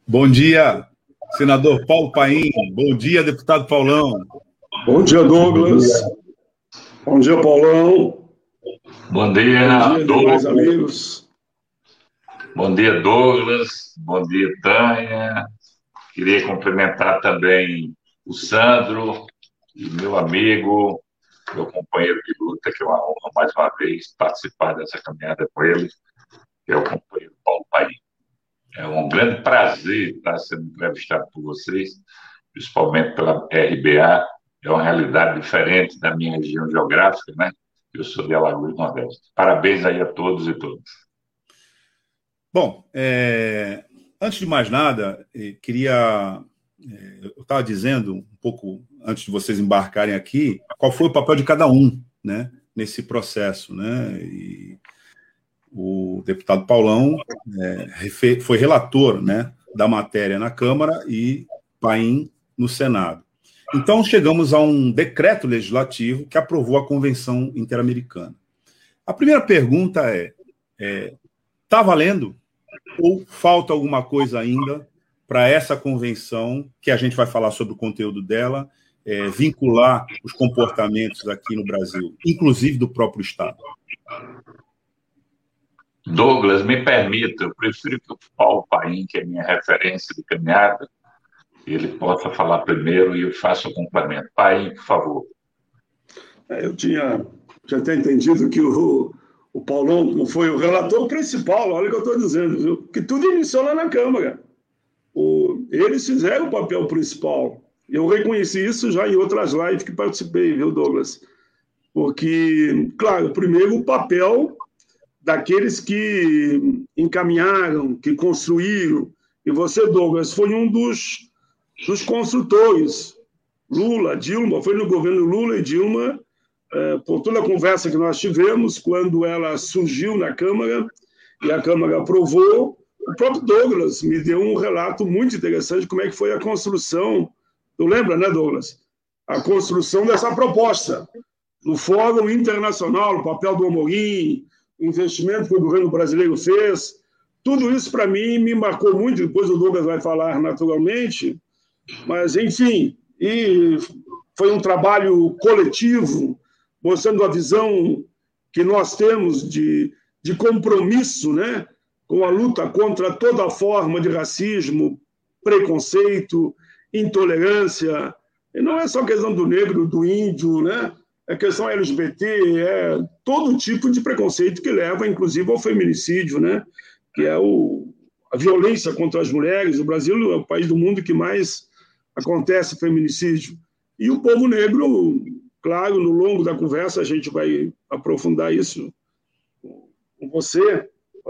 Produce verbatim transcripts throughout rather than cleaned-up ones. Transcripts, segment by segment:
Bom dia, senador Paulo Paim. Bom dia, deputado Paulão. Bom dia, Douglas. Bom dia, Paulão. Bom dia, Bom dia, demais amigos. Bom dia, Douglas. Bom dia, Tânia. Queria cumprimentar também o Sandro e meu amigo, meu companheiro de luta, que é uma honra mais uma vez participar dessa caminhada com ele, que é o companheiro Paulo Paim. É um grande prazer estar sendo entrevistado por vocês, principalmente pela R B A. É uma realidade diferente da minha região geográfica, né? Eu sou de Alagoas do Nordeste. Parabéns aí a todos e todas. Bom, é... antes de mais nada, queria... Eu estava dizendo um pouco, antes de vocês embarcarem aqui, qual foi o papel de cada um, né, nesse processo, né? E o deputado Paulão é, foi relator, né, da matéria na Câmara e Paim no Senado. Então, chegamos a um decreto legislativo que aprovou a Convenção Interamericana. A primeira pergunta é, é tá valendo ou falta alguma coisa ainda para essa convenção, que a gente vai falar sobre o conteúdo dela, é, vincular os comportamentos aqui no Brasil, inclusive do próprio Estado? Douglas, me permita, eu prefiro que o Paulo Paim, que é minha referência de caminhada, ele possa falar primeiro e eu faço o complemento. Paim, por favor. Eu tinha já até entendido que o, o Paulão foi o relator principal, olha o que eu estou dizendo, viu? Que tudo iniciou lá na Câmara. O, eles fizeram o papel principal. Eu reconheci isso já em outras lives que participei, viu, Douglas? Porque, claro, primeiro o papel daqueles que encaminharam, que construíram, e você, Douglas, foi um dos, dos construtores. Lula, Dilma, foi no governo Lula e Dilma, é, por toda a conversa que nós tivemos, quando ela surgiu na Câmara, e a Câmara aprovou, o próprio Douglas me deu um relato muito interessante de como é que foi a construção, tu lembra, né, Douglas? A construção dessa proposta, no Fórum Internacional, o papel do Amorim, o investimento que o governo brasileiro fez, tudo isso, para mim, me marcou muito, depois o Douglas vai falar naturalmente, mas, enfim, e foi um trabalho coletivo, mostrando a visão que nós temos de, de compromisso, né, com a luta contra toda forma de racismo, preconceito, intolerância. E não é só questão do negro, do índio, né? É questão L G B T, é todo tipo de preconceito que leva, inclusive, ao feminicídio, né? Que é o, a violência contra as mulheres. O Brasil é o país do mundo que mais acontece feminicídio. E o povo negro, claro, no longo da conversa a gente vai aprofundar isso com você,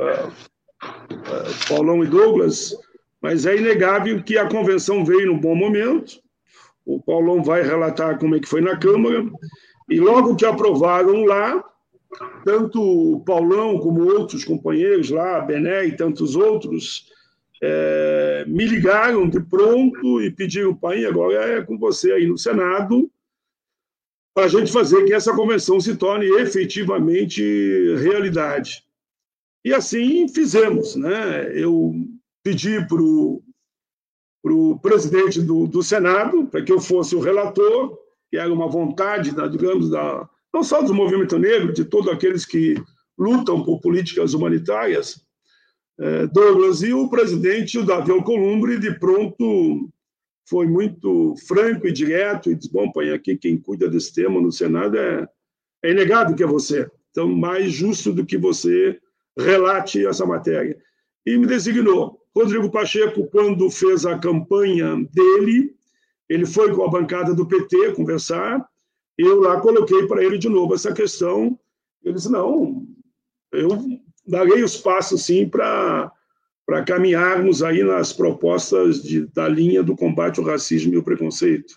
Paulão e Douglas, mas é inegável que a convenção veio num bom momento. O Paulão vai relatar como é que foi na Câmara, e logo que aprovaram lá, tanto o Paulão como outros companheiros lá, Bené e tantos outros, é, me ligaram de pronto e pediram, Paim, agora é com você aí no Senado, para a gente fazer que essa convenção se torne efetivamente realidade. E assim fizemos, né? Eu pedi para o presidente do, do Senado para que eu fosse o relator, que era uma vontade, da, digamos, da, não só do movimento negro, de todos aqueles que lutam por políticas humanitárias, é, Douglas, e o presidente, o Davi Alcolumbre, de pronto foi muito franco e direto, e disse, bom, pai, aqui quem cuida desse tema no Senado é, é inegável que é você, então mais justo do que você relate essa matéria. E me designou. Rodrigo Pacheco, quando fez a campanha dele, ele foi com a bancada do P T conversar, eu lá coloquei para ele de novo essa questão, ele disse, não, eu darei os passos, sim, para para caminharmos aí nas propostas de, da linha do combate ao racismo e ao preconceito.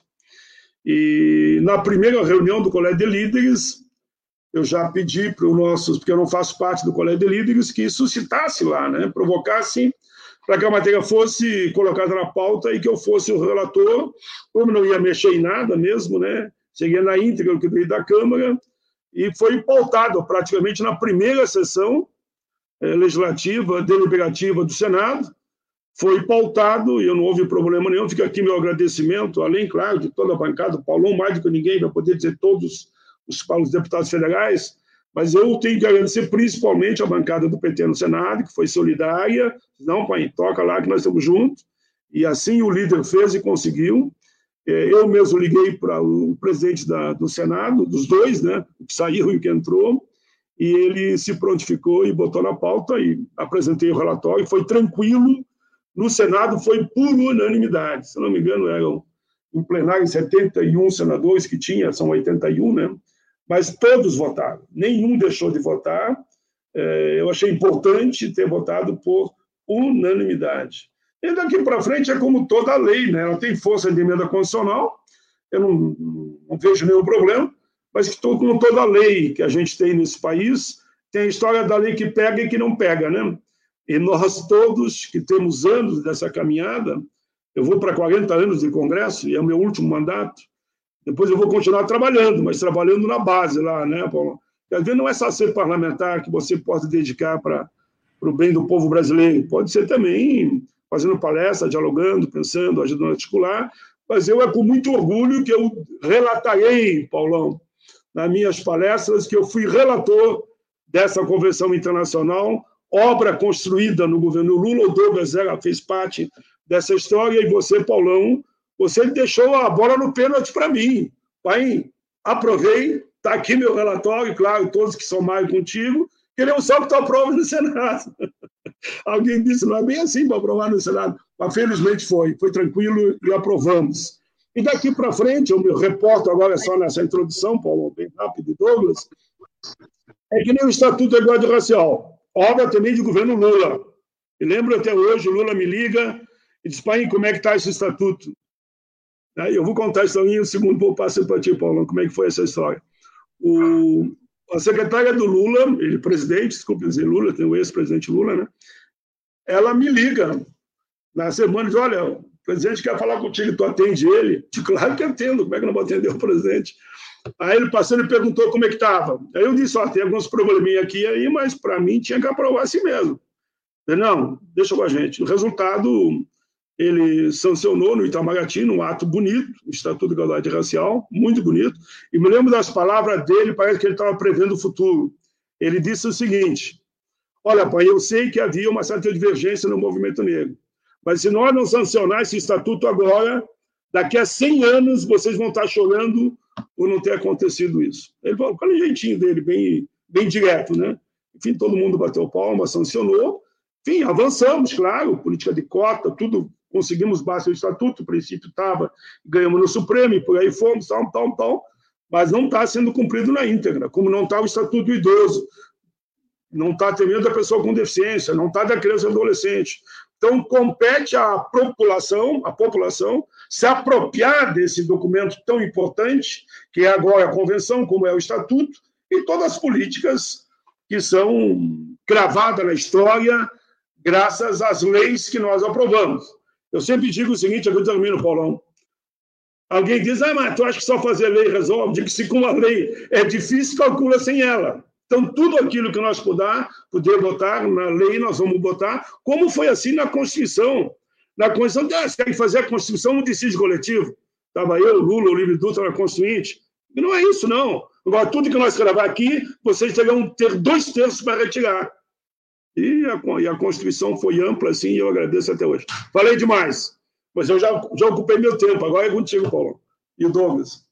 E na primeira reunião do Colégio de Líderes, eu já pedi para os nossos, porque eu não faço parte do Colégio de Líderes, que suscitasse lá, né, provocasse para que a matéria fosse colocada na pauta e que eu fosse o relator, como não ia mexer em nada mesmo, né, cheguei na íntegra do que veio da Câmara, e foi pautado praticamente na primeira sessão eh, legislativa, deliberativa do Senado, foi pautado e não houve problema nenhum. Fica aqui meu agradecimento, além, claro, de toda a bancada, o Paulão, mais do que ninguém, vai poder dizer todos os, os deputados federais, mas eu tenho que agradecer principalmente a bancada do P T no Senado, que foi solidária. Não, pai, toca lá que nós estamos juntos. E assim o líder fez e conseguiu. Eu mesmo liguei para o presidente da, do Senado, dos dois, né, o que saiu e o que entrou, e ele se prontificou e botou na pauta e apresentei o relatório. Foi tranquilo. No Senado foi por unanimidade. Se não me engano, eram em plenário setenta e um senadores que tinha, são oitenta e um, né? Mas todos votaram. Nenhum deixou de votar. Eu achei importante ter votado por unanimidade. E daqui para frente é como toda lei, né? Ela tem força de emenda constitucional, eu não, não vejo nenhum problema, mas que como toda lei que a gente tem nesse país, tem a história da lei que pega e que não pega, né? E nós todos que temos anos dessa caminhada, eu vou para quarenta anos de Congresso, e é o meu último mandato, depois eu vou continuar trabalhando, mas trabalhando na base lá, né, Paulo? Porque às vezes não é só ser parlamentar que você pode dedicar para o bem do povo brasileiro, pode ser também fazendo palestra, dialogando, pensando, ajudando a articular, mas eu é com muito orgulho que eu relatarei, Paulão, nas minhas palestras, que eu fui relator dessa convenção internacional, obra construída no governo Lula. O Douglas Zera fez parte dessa história, e você, Paulão, você deixou a bola no pênalti para mim. Pai, aprovei, está aqui meu relatório, claro, todos que somaram contigo, queremos só que tu aprove no Senado. Alguém disse, não é bem assim para aprovar no Senado, mas felizmente foi, foi tranquilo e aprovamos. E daqui para frente, eu me reporto agora só nessa introdução, Paulo, bem rápido, Douglas, é que nem o Estatuto da Igualdade Racial, obra também de governo Lula. E lembro até hoje, o Lula me liga e diz, pai, como é que está esse estatuto? Aí eu vou contar a historinha, o segundo vou passar para ti, Paulo, como é que foi essa história. O, a secretária do Lula, ele presidente, desculpe dizer Lula, tem o ex-presidente Lula, né? Ela me liga na semana e diz, olha, o presidente quer falar contigo, tu atende ele? De claro que atendo, como é que eu não vou atender o presidente? Aí ele passou e perguntou como é que estava. Aí eu disse, ó, tem alguns probleminha aqui e aí, mas para mim tinha que aprovar assim mesmo. Ele, não, deixa com a gente. O resultado, ele sancionou no Itamaraty, num ato bonito, o Estatuto de Igualdade Racial, muito bonito, e me lembro das palavras dele, parece que ele estava prevendo o futuro. Ele disse o seguinte, olha, pai, eu sei que havia uma certa divergência no movimento negro, mas se nós não sancionar esse estatuto agora, daqui a cem anos vocês vão estar chorando por não ter acontecido isso. Ele falou, qual é o jeitinho dele, bem, bem direto, né? Enfim, todo mundo bateu palma, sancionou. Enfim, avançamos, claro, política de cota, tudo, conseguimos base do estatuto, o princípio estava, ganhamos no Supremo, e por aí fomos, tal, tal, tal, mas não está sendo cumprido na íntegra, como não está o Estatuto do Idoso, não está atendendo a pessoa com deficiência, não está da criança e adolescente. Então, compete à população, à população se apropriar desse documento tão importante, que é agora a Convenção, como é o Estatuto, e todas as políticas que são cravadas na história, graças às leis que nós aprovamos. Eu sempre digo o seguinte, aqui eu termino, Paulão. Alguém diz, ah, mas tu acha que só fazer lei resolve? Digo que se com uma lei é difícil, calcula sem ela. Então, tudo aquilo que nós puder, puder botar na lei, nós vamos botar, como foi assim na Constituição. Na Constituição, ah, você quer fazer a Constituição no dissídio coletivo. Estava eu, Lula, o Livre Dutra, na Constituinte. E não é isso, não. Agora, tudo que nós gravar aqui, vocês terão ter dois terços para retirar. E a, e a Constituição foi ampla, assim, e eu agradeço até hoje. Falei demais, mas eu já, já ocupei meu tempo. Agora é contigo, Paulo. E o Douglas.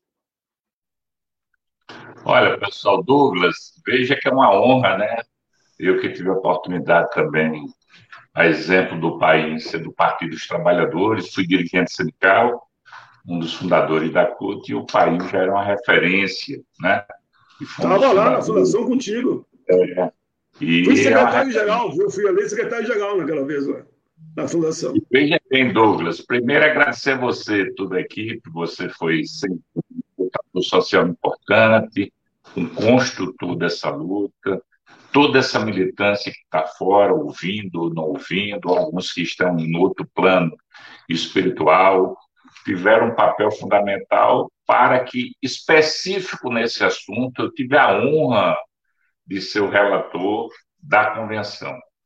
Olha, pessoal, Douglas, veja que é uma honra, né? Eu que tive a oportunidade também, a exemplo do país, ser do Partido dos Trabalhadores, fui dirigente sindical, um dos fundadores da C U T, e o país já era uma referência, né? Estava lá na fundação contigo. É. E fui secretário-geral, viu? Fui eleito secretário-geral naquela vez, lá, na fundação. E veja bem, Douglas, primeiro agradecer a você, toda a equipe, você foi sempre um social importante, um construtor dessa luta, toda essa militância que está fora, ouvindo, não ouvindo, alguns que estão em outro plano espiritual, tiveram um papel fundamental para que, específico nesse assunto, eu tive a honra de ser o relator da convenção.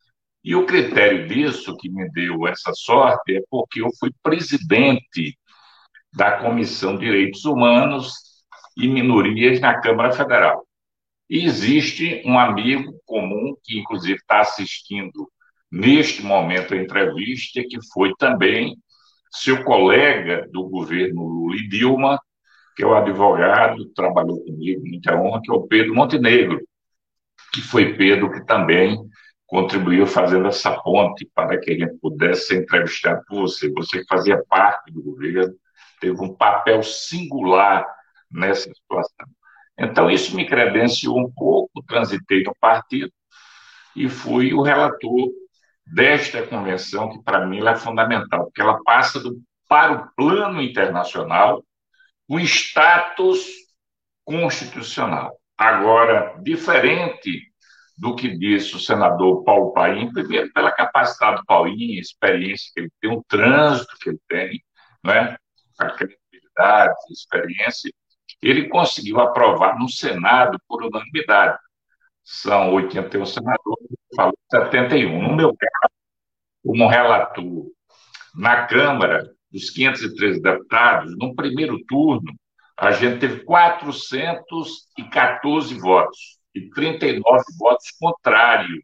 E o critério disso, que me deu essa sorte, é porque eu fui presidente da Comissão de Direitos Humanos e Minorias na Câmara Federal. E existe um amigo comum, que inclusive está assistindo neste momento a entrevista, que foi também seu colega do governo Lula e Dilma, que é o advogado, trabalhou comigo, muita honra, que é o Pedro Montenegro, que foi Pedro que também contribuiu fazendo essa ponte para que a gente pudesse ser entrevistado por você. Você que fazia parte do governo, teve um papel singular nessa situação. Então, isso me credenciou um pouco, transitei no partido e fui o relator desta convenção, que para mim ela é fundamental, porque ela passa do, para o plano internacional o status constitucional. Agora, diferente do que disse o senador Paulo Paim, primeiro pela capacidade do Paulinho, a experiência que ele tem, o trânsito que ele tem, não é? A credibilidade, a experiência, ele conseguiu aprovar no Senado por unanimidade. São oitenta e um senadores, falou setenta e um. No meu caso, como relator na Câmara, dos quinhentos e treze deputados, no primeiro turno, a gente teve quatrocentos e quatorze votos e trinta e nove votos contrários.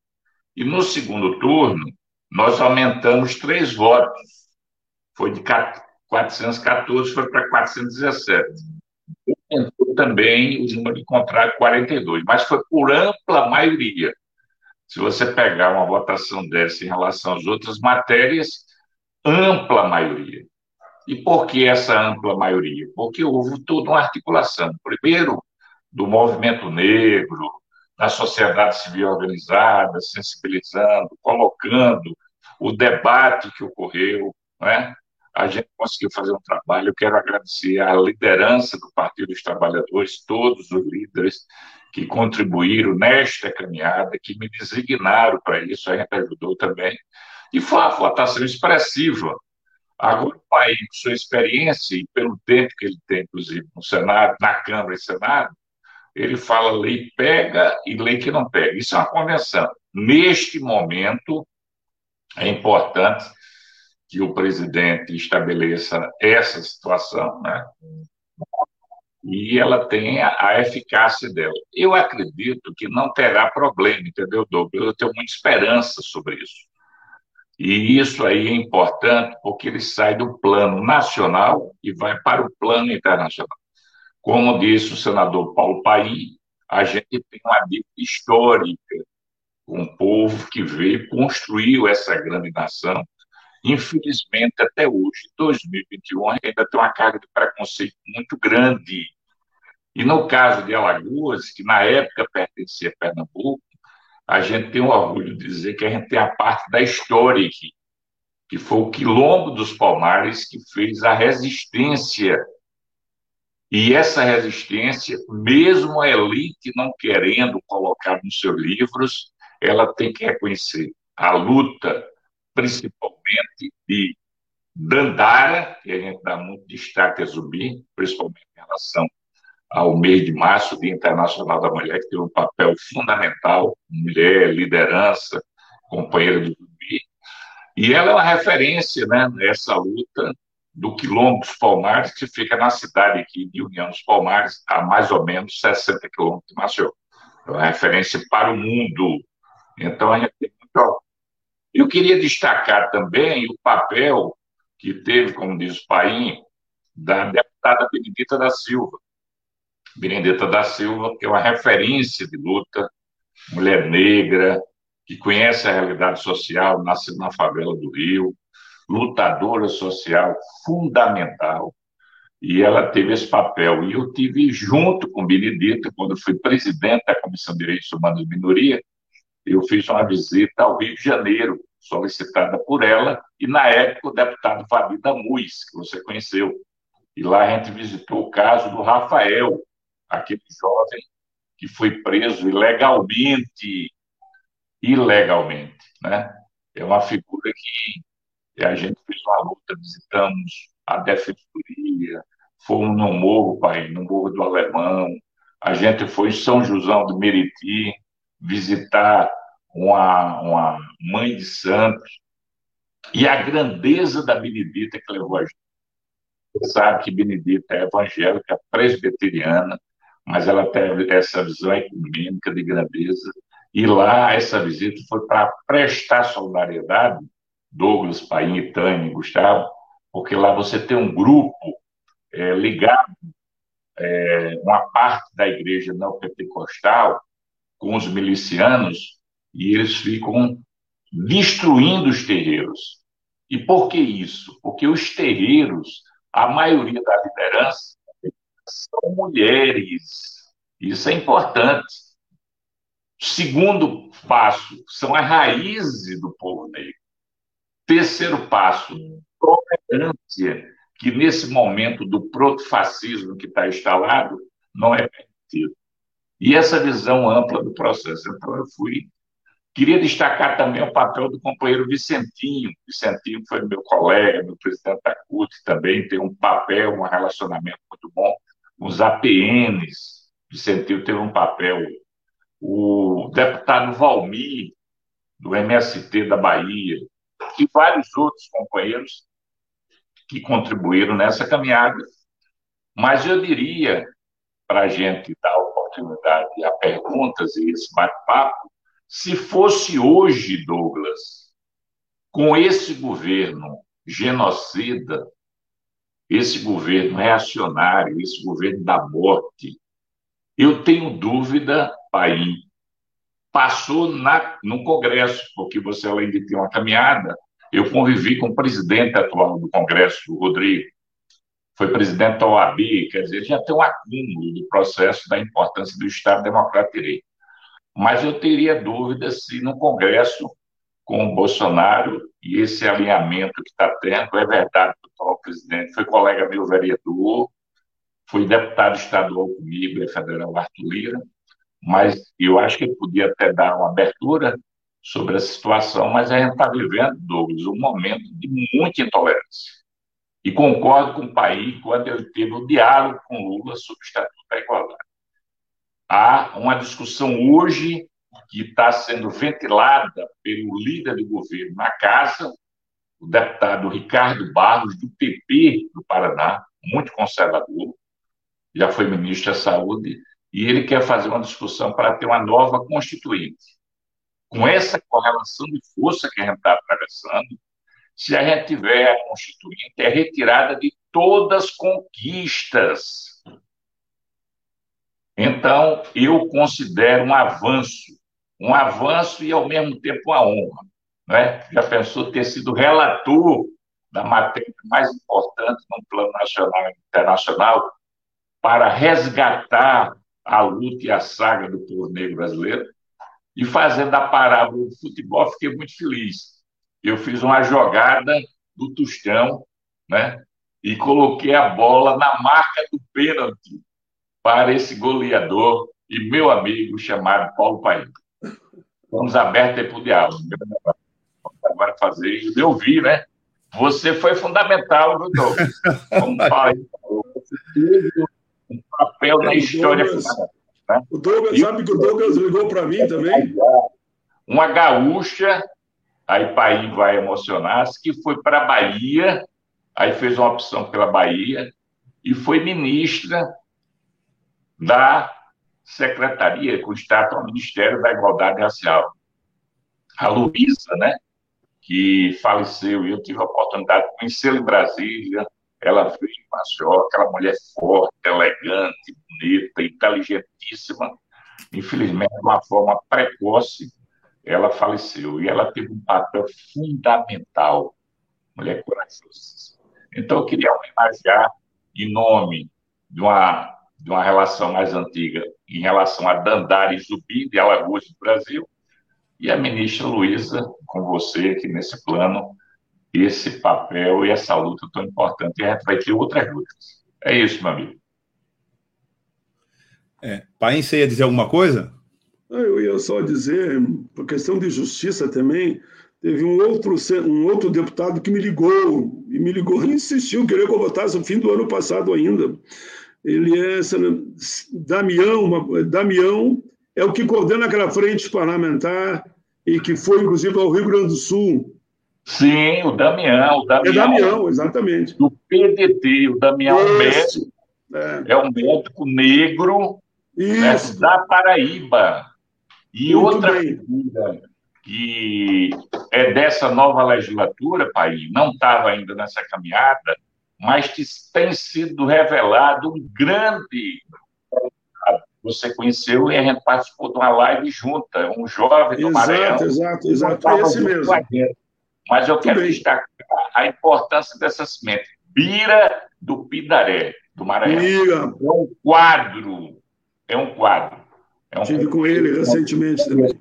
E no segundo turno, nós aumentamos três votos. Foi de quatrocentos e quatorze, foi para quatrocentos e dezessete. Aumentou também o número de contrários, quarenta e dois, mas foi por ampla maioria. Se você pegar uma votação dessa em relação às outras matérias, ampla maioria. E por que essa ampla maioria? Porque houve toda uma articulação. Primeiro, do movimento negro, da sociedade civil organizada, sensibilizando, colocando o debate que ocorreu, né? A gente conseguiu fazer um trabalho. Eu quero agradecer à liderança do Partido dos Trabalhadores, todos os líderes que contribuíram nesta caminhada, que me designaram para isso, a gente ajudou também. E foi uma votação expressiva. Agora, o país, com sua experiência e pelo tempo que ele tem, inclusive, no Senado, na Câmara e Senado, ele fala lei pega e lei que não pega. Isso é uma convenção. Neste momento, é importante que o presidente estabeleça essa situação, né? E ela tenha a eficácia dela. Eu acredito que não terá problema, entendeu, Douglas? Eu tenho muita esperança sobre isso. E isso aí é importante porque ele sai do plano nacional e vai para o plano internacional. Como disse o senador Paulo Paim, a gente tem uma dívida histórica com um povo que veio e construiu essa grande nação. Infelizmente, até hoje, dois mil e vinte e um, ainda tem uma carga de preconceito muito grande. E no caso de Alagoas, que na época pertencia a Pernambuco, a gente tem o orgulho de dizer que a gente tem a parte da história aqui, que foi o Quilombo dos Palmares que fez a resistência. E essa resistência, mesmo a elite não querendo colocar nos seus livros, ela tem que reconhecer a luta, principalmente de Dandara, que a gente dá muito destaque a Zumbi, principalmente em relação ao mês de março, Dia Internacional da Mulher, que teve um papel fundamental, mulher, liderança, companheira do Zumbi. E ela é uma referência, né, nessa luta do Quilombo dos Palmares, que fica na cidade aqui de União dos Palmares, a mais ou menos sessenta quilômetros de Maceió. É uma referência para o mundo. Então, a gente tem muito... Eu queria destacar também o papel que teve, como diz o Paim, da deputada Benedita da Silva. Benedita da Silva, que é uma referência de luta, mulher negra, que conhece a realidade social, nasceu na favela do Rio, lutadora social fundamental, e ela teve esse papel. E eu tive junto com Benedita, quando eu fui presidente da Comissão de Direitos Humanos e Minoria, eu fiz uma visita ao Rio de Janeiro, solicitada por ela, e na época o deputado Fabi Damus, que você conheceu. E lá a gente visitou o caso do Rafael, aquele jovem que foi preso ilegalmente, ilegalmente, né? É uma figura que a gente fez uma luta, visitamos a Defensoria, fomos no Morro, pai, no Morro do Alemão, a gente foi em São João do Meriti visitar uma, uma mãe de santo, e a grandeza da Benedita que levou a gente. Você sabe que Benedita é evangélica, presbiteriana, mas ela tem essa visão ecumênica de grandeza. E lá, essa visita foi para prestar solidariedade, Douglas, Paim, Tânia e Gustavo, porque lá você tem um grupo é, ligado, é, uma parte da igreja neopentecostal, com os milicianos, e eles ficam destruindo os terreiros. E por que isso? Porque os terreiros, a maioria da liderança, são mulheres. Isso é importante. Segundo passo, são as raízes do povo negro. Terceiro passo, tolerância, que nesse momento do protofascismo que está instalado, não é permitido. E essa visão ampla do processo. Então, eu fui. Queria destacar também o papel do companheiro Vicentinho. Vicentinho foi meu colega, meu presidente da C U T também, tem um papel, um relacionamento muito bom com os A P Ns. Vicentinho teve um papel. O deputado Valmir, do M S T da Bahia, e vários outros companheiros que contribuíram nessa caminhada. Mas eu diria, para a gente dar oportunidade a perguntas e esse bate-papo, se fosse hoje, Douglas, com esse governo genocida, esse governo reacionário, esse governo da morte, eu tenho dúvida, Paim, passou na, no Congresso, porque você, além de ter uma caminhada, eu convivi com o presidente atual do Congresso, o Rodrigo, foi presidente da O A B, quer dizer, já tem um acúmulo do processo da importância do Estado Democrático de Direito. Mas eu teria dúvida se no Congresso, com o Bolsonaro e esse alinhamento que está tendo, é verdade que o atual presidente foi colega meu vereador, foi deputado estadual comigo, é federal Arthur Lira, mas eu acho que ele podia até dar uma abertura sobre a situação, mas a gente está vivendo, Douglas, um momento de muita intolerância. E concordo com o Paim quando ele teve o diálogo com Lula sobre o Estatuto da Igualdade. Há uma discussão hoje que está sendo ventilada pelo líder do governo na casa, o deputado Ricardo Barros, do P P do Paraná, muito conservador, já foi ministro da Saúde, e ele quer fazer uma discussão para ter uma nova Constituinte. Com essa correlação de força que a gente está atravessando, se a gente tiver a Constituinte, é retirada de todas as conquistas. Então, eu considero um avanço, um avanço e, ao mesmo tempo, uma honra. Né? Já pensou ter sido relator da matéria mais importante no plano nacional e internacional para resgatar a luta e a saga do povo negro brasileiro? E fazendo a parábola do futebol, fiquei muito feliz. Eu fiz uma jogada do Tostão, né? E coloquei a bola na marca do pênalti para esse goleador e meu amigo chamado Paulo Paim. Vamos abertos aí para o diálogo. Vamos agora fazer isso. Eu vi, né? Você foi fundamental, viu, Douglas? Como falar, você teve um papel na história. Douglas, né? O Douglas, sabe que o Douglas ligou para mim também? Uma gaúcha, aí Paim vai emocionar-se, que foi para a Bahia, aí fez uma opção pela Bahia, e foi ministra da Secretaria, com status ao Ministério da Igualdade Racial. A Luísa, né, que faleceu, e eu tive a oportunidade de conhecê-la em Brasília. Ela veio em Maceió, aquela mulher forte, elegante, bonita, inteligentíssima. Infelizmente, de uma forma precoce, ela faleceu. E ela teve um papel fundamental, mulher corajosa. Então, eu queria homenagear, em nome de uma, de uma relação mais antiga, em relação a Dandara e Zumbi, de Alagoas do Brasil, e a ministra Luísa, com você aqui nesse plano, esse papel e essa luta tão importante. E a gente vai ter outras lutas. É isso, meu amigo. É. Paim, você ia dizer alguma coisa? Eu ia só dizer, por questão de justiça também, teve um outro, um outro deputado que me ligou, e me ligou e insistiu, queria que eu votasse no fim do ano passado ainda. Ele é Damião, Damião é o que coordena aquela frente parlamentar e que foi, inclusive, ao Rio Grande do Sul. Sim, o Damião. O Damião é Damião, exatamente. Do P D T. O Damião é um médico, é. é um médico negro, né, da Paraíba. E Muito outra bem. figura que é dessa nova legislatura, pai, não estava ainda nessa caminhada, mas que tem sido revelado um grande... Você conheceu e a gente participou de uma live junta, um jovem do exato, Maranhão. Exato, exato, é esse mesmo. Mas eu quero destacar a importância dessa semente. Bira do Pidaré, do Maranhão. Bira. É um quadro. É um quadro. É um Tive com ele recentemente também.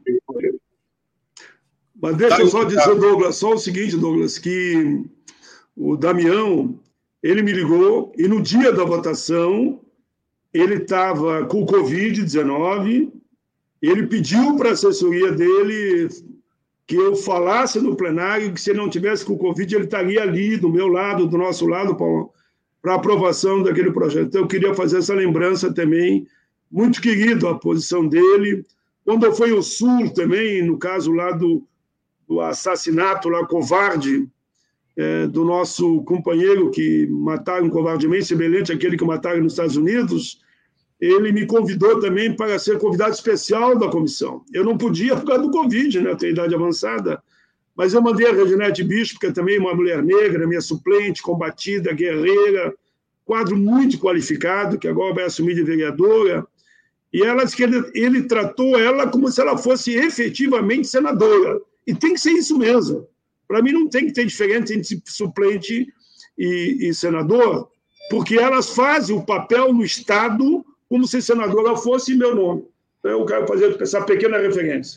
Mas deixa eu só dizer, Douglas, só o seguinte, Douglas, que o Damião, ele me ligou e no dia da votação ele estava com o covid dezenove, ele pediu para a assessoria dele que eu falasse no plenário que se ele não tivesse com o Covid, ele estaria ali, do meu lado, do nosso lado, para aprovação daquele projeto. Então, eu queria fazer essa lembrança também, muito querido a posição dele. Quando eu fui ao Sul também, no caso lá do, do assassinato lá covarde, é, do nosso companheiro que mataram covardemente, semelhante àquele que mataram nos Estados Unidos, ele me convidou também para ser convidado especial da comissão. Eu não podia por causa do Covid, né? Eu tenho idade avançada, mas eu mandei a Reginete Bispo, que é também uma mulher negra, minha suplente, combatida, guerreira, quadro muito qualificado, que agora vai assumir de vereadora, e ela disse que ele, ele tratou ela como se ela fosse efetivamente senadora. E tem que ser isso mesmo. Para mim não tem que ter diferença entre suplente e, e senador, porque elas fazem o papel no Estado como se senadora fosse meu nome. Então, eu quero fazer essa pequena referência.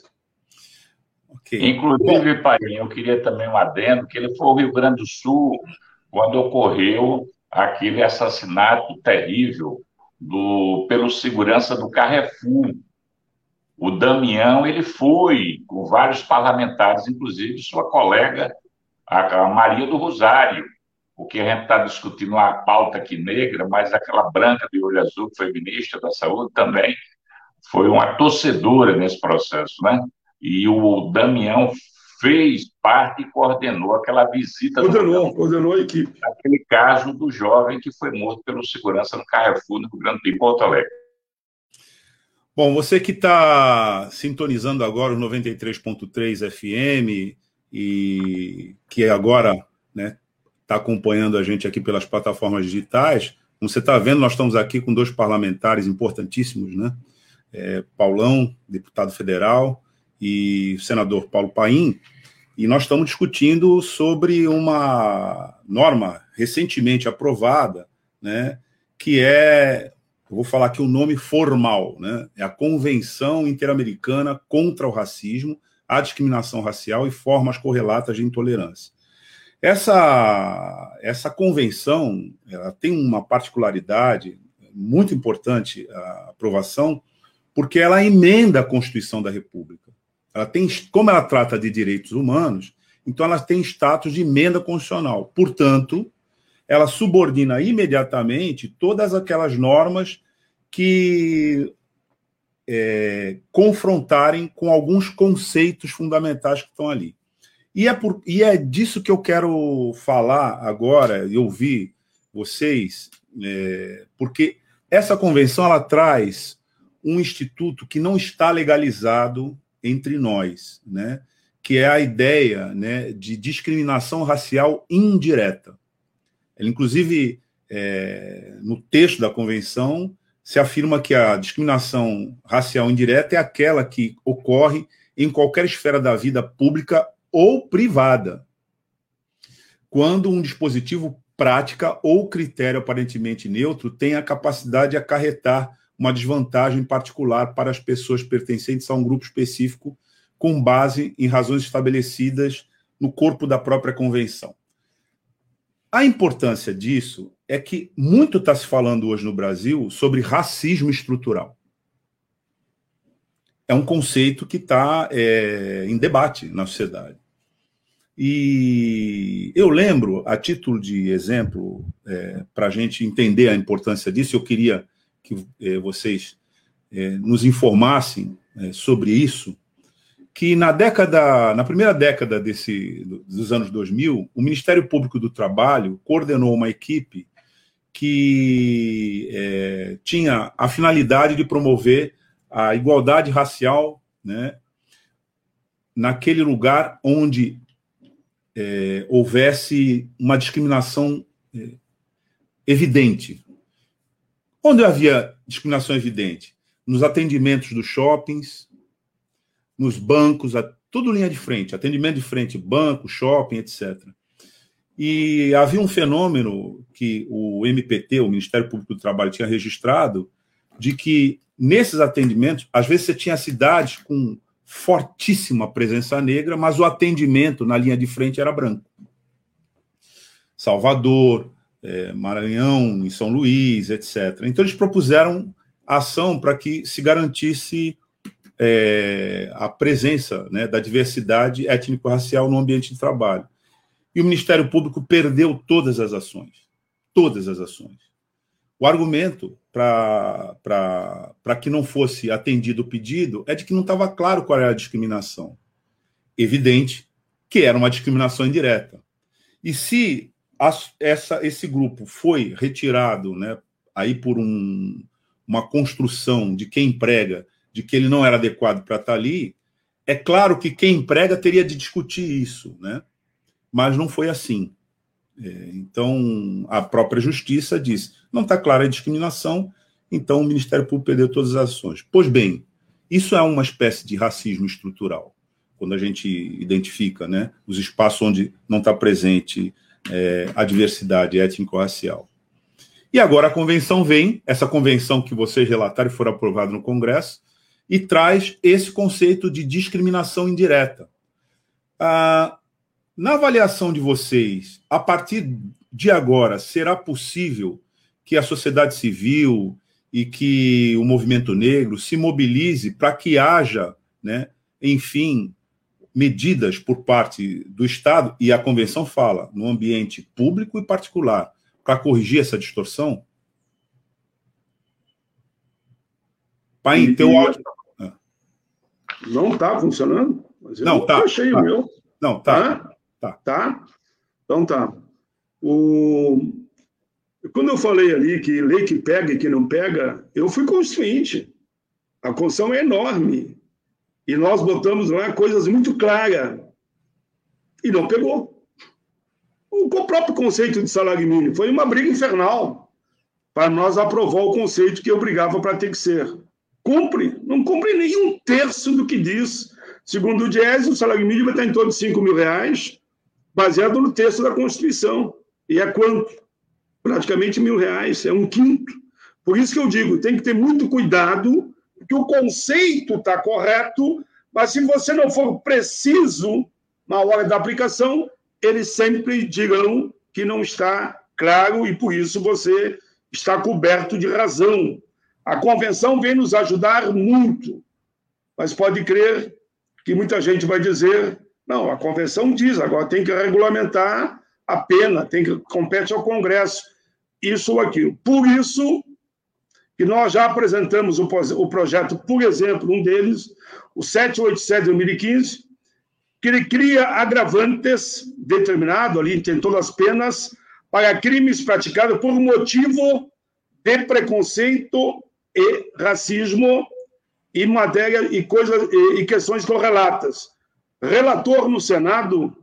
Okay. Inclusive, pai, eu queria também um adendo, que ele foi ao Rio Grande do Sul quando ocorreu aquele assassinato terrível do, pelo segurança do Carrefour. O Damião, ele foi com vários parlamentares, inclusive sua colega, a Maria do Rosário, porque a gente está discutindo uma pauta aqui negra, mas aquela branca de olho azul, que foi ministra da Saúde, também foi uma torcedora nesse processo, né? E o Damião fez parte e coordenou aquela visita... Coordenou, do... coordenou a equipe. Aquele caso do jovem que foi morto pelo segurança no Carrefour, no Rio Grande do Sul, em Porto Alegre. Bom, você que está sintonizando agora o noventa e três ponto três F M e que agora, né, está acompanhando a gente aqui pelas plataformas digitais, como você está vendo, nós estamos aqui com dois parlamentares importantíssimos, né? É, Paulão, deputado federal, e o senador Paulo Paim, e nós estamos discutindo sobre uma norma recentemente aprovada, né, que é, eu vou falar aqui o nome formal, né, é a Convenção Interamericana contra o Racismo, a Discriminação Racial e Formas Correlatas de Intolerância. Essa, essa convenção ela tem uma particularidade muito importante, a aprovação, porque ela emenda a Constituição da República. Ela tem, como ela trata de direitos humanos, então ela tem status de emenda constitucional. Portanto, ela subordina imediatamente todas aquelas normas que é, confrontarem com alguns conceitos fundamentais que estão ali. E é, por, e é disso que eu quero falar agora e ouvir vocês, é, porque essa convenção ela traz um instituto que não está legalizado entre nós, né? Que é a ideia, né, de discriminação racial indireta. Ela, inclusive, é, no texto da convenção, se afirma que a discriminação racial indireta é aquela que ocorre em qualquer esfera da vida pública ou privada, quando um dispositivo, prática ou critério aparentemente neutro tem a capacidade de acarretar uma desvantagem particular para as pessoas pertencentes a um grupo específico com base em razões estabelecidas no corpo da própria convenção. A importância disso é que muito está se falando hoje no Brasil sobre racismo estrutural. É um conceito que está é, em debate na sociedade. E eu lembro, a título de exemplo, é, para a gente entender a importância disso, eu queria que é, vocês é, nos informassem é, sobre isso. que na década, na primeira década desse, dos anos dois mil, o Ministério Público do Trabalho coordenou uma equipe que é, tinha a finalidade de promover a igualdade racial, né, naquele lugar onde é, houvesse uma discriminação é, evidente. Onde havia discriminação evidente? Nos atendimentos dos shoppings, nos bancos, tudo linha de frente, atendimento de frente, banco, shopping, etcétera. E havia um fenômeno que o M P T, o Ministério Público do Trabalho, tinha registrado, de que nesses atendimentos, às vezes você tinha cidades com fortíssima presença negra, mas o atendimento na linha de frente era branco. Salvador, é, Maranhão, em São Luís, etcétera. Então eles propuseram ação para que se garantisse é, a presença, né, da diversidade étnico-racial no ambiente de trabalho. E o Ministério Público perdeu todas as ações. Todas as ações. O argumento para que não fosse atendido o pedido é de que não estava claro qual era a discriminação. Evidente que era uma discriminação indireta. E se a, essa, esse grupo foi retirado, né, aí por um, uma construção de quem emprega, de que ele não era adequado para estar ali, é claro que quem emprega teria de discutir isso, né? Mas não foi assim. Então, a própria Justiça diz, não está clara a discriminação, então o Ministério Público perdeu todas as ações. Pois bem, isso é uma espécie de racismo estrutural, quando a gente identifica, né, os espaços onde não está presente é, a diversidade étnico-racial. E agora a convenção vem, essa convenção que vocês relataram e foi aprovada no Congresso, e traz esse conceito de discriminação indireta. Ah, na avaliação de vocês, a partir de agora, será possível que a sociedade civil e que o movimento negro se mobilize para que haja, né, enfim, medidas por parte do Estado, e a Convenção fala, no ambiente público e particular, para corrigir essa distorção? Pai, e, teu áudio... Não está funcionando? Mas eu não, tá. Achei tá. o meu. Não, tá. Tá? Tá. Tá? Então tá. O... Quando eu falei ali que lei que pega e que não pega, eu fui consciente. A Constituição é enorme. E nós botamos lá coisas muito claras. E não pegou. O próprio conceito de salário mínimo foi uma briga infernal para nós aprovar o conceito que obrigava para ter que ser. Cumpre, não cumpre nem um terço do que diz. Segundo o Diese, o salário mínimo está em torno de cinco mil reais, baseado no texto da Constituição. E é quanto? Praticamente mil reais, é um quinto. Por isso que eu digo, tem que ter muito cuidado, porque o conceito está correto, mas se você não for preciso na hora da aplicação, eles sempre dirão que não está claro e por isso você está coberto de razão. A Convenção vem nos ajudar muito, mas pode crer que muita gente vai dizer, não, a Convenção diz, agora tem que regulamentar a pena, tem que compete ao Congresso, isso ou aquilo. Por isso que nós já apresentamos o, o projeto, por exemplo, um deles, o setecentos e oitenta e sete de dois mil e quinze, que ele cria agravantes determinado, ali tem todas as penas, para crimes praticados por motivo de preconceito e racismo e matéria e coisas e, e questões correlatas. Relator no Senado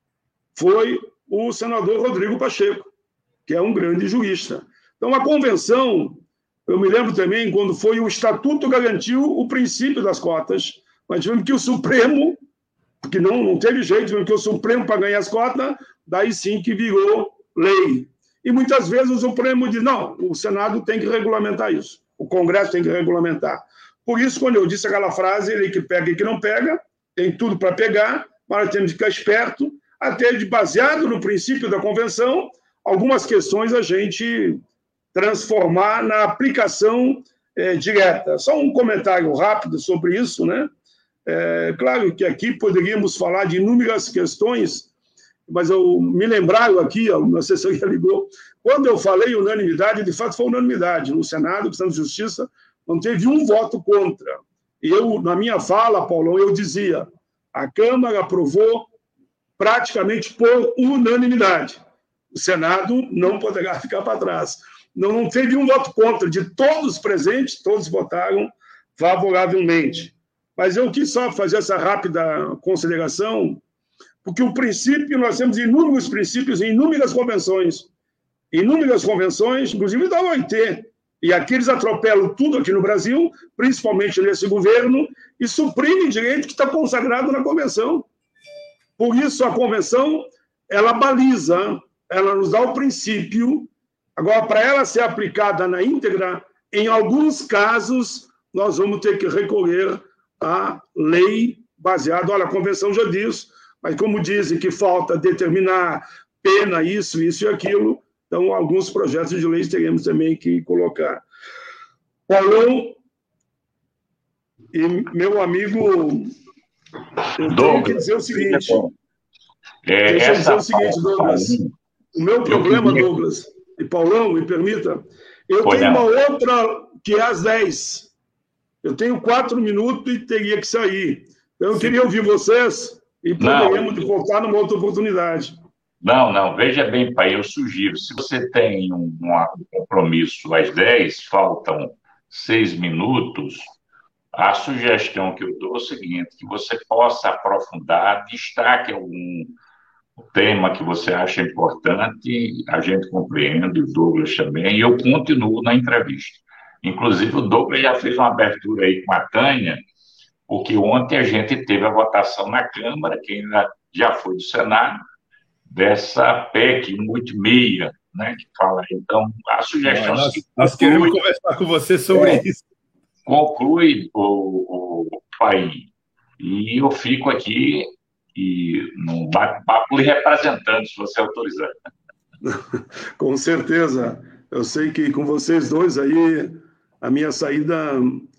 foi o senador Rodrigo Pacheco, que é um grande jurista. Então, a convenção, eu me lembro também, quando foi o Estatuto garantiu o princípio das cotas, mas tivemos que o Supremo, porque não, não teve jeito, tivemos que o Supremo, para ganhar as cotas, daí sim que virou lei. E muitas vezes o Supremo diz, não, o Senado tem que regulamentar isso, o Congresso tem que regulamentar. Por isso, quando eu disse aquela frase, ele que pega e que não pega, tem tudo para pegar, mas temos que ficar esperto, até de baseado no princípio da Convenção, algumas questões a gente transformar na aplicação é, direta. Só um comentário rápido sobre isso, né? É, claro que aqui poderíamos falar de inúmeras questões, mas eu me lembraram aqui, a assessoria ligou, quando eu falei unanimidade, de fato foi unanimidade. No Senado, questão de Justiça, não teve um voto contra. E eu, na minha fala, Paulão, eu dizia, A Câmara aprovou praticamente por unanimidade. O Senado não poderá ficar para trás. Não, não teve um voto contra. De todos os presentes, todos votaram favoravelmente. Mas eu quis só fazer essa rápida consideração, porque o princípio, nós temos inúmeros princípios em inúmeras convenções. Inúmeras convenções, inclusive da O I T. E aqui eles atropelam tudo aqui no Brasil, principalmente nesse governo, e suprimem direito que está consagrado na convenção. Por isso, a convenção, ela baliza, ela nos dá o princípio. Agora, para ela ser aplicada na íntegra, em alguns casos, nós vamos ter que recorrer à lei baseada. Olha, a convenção já diz, mas como dizem que falta determinar pena, isso, isso e aquilo, então, alguns projetos de lei teremos também que colocar. Paulão e meu amigo, eu tenho que dizer o seguinte. É, deixa eu dizer o seguinte, Douglas. O meu problema, queria... Douglas, e Paulão, me permita, eu Foi tenho não. uma outra que é às dez. Eu tenho quatro minutos e teria que sair. Então, eu Sim. queria ouvir vocês e poderíamos não. voltar numa outra oportunidade. Não, não, veja bem, pai, eu sugiro, se você tem um, um compromisso às dez, faltam seis minutos, a sugestão que eu dou é o seguinte, que você possa aprofundar, destaque algum tema que você acha importante, a gente compreende, o Douglas também, e eu continuo na entrevista. Inclusive, o Douglas já fez uma abertura aí com a Tânia, porque ontem a gente teve a votação na Câmara, quem já foi do Senado, dessa P E C cento e oitenta e seis, né, que fala. Então, a sugestão... Nós, nós queremos conversar com você sobre é, isso. Conclui o, o país. E eu fico aqui e num bate-papo lhe representando, se você autorizar. Com certeza. Eu sei que com vocês dois aí, a minha saída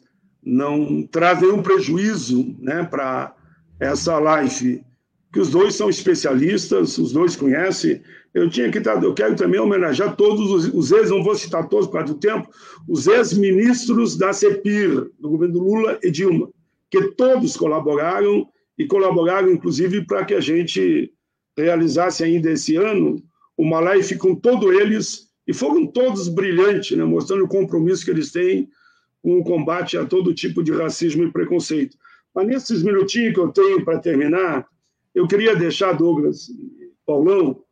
não traz nenhum prejuízo, né, para essa live, que os dois são especialistas, os dois conhecem. Eu tinha que estar, eu quero também homenagear todos os, os ex, não vou citar todos por causa do tempo, os ex-ministros da CEPIR, do governo Lula e Dilma, que todos colaboraram, e colaboraram, inclusive, para que a gente realizasse ainda esse ano uma live com todos eles, e foram todos brilhantes, né, mostrando o compromisso que eles têm com o combate a todo tipo de racismo e preconceito. Mas nesses minutinhos que eu tenho para terminar, eu queria deixar, Douglas, Paulão,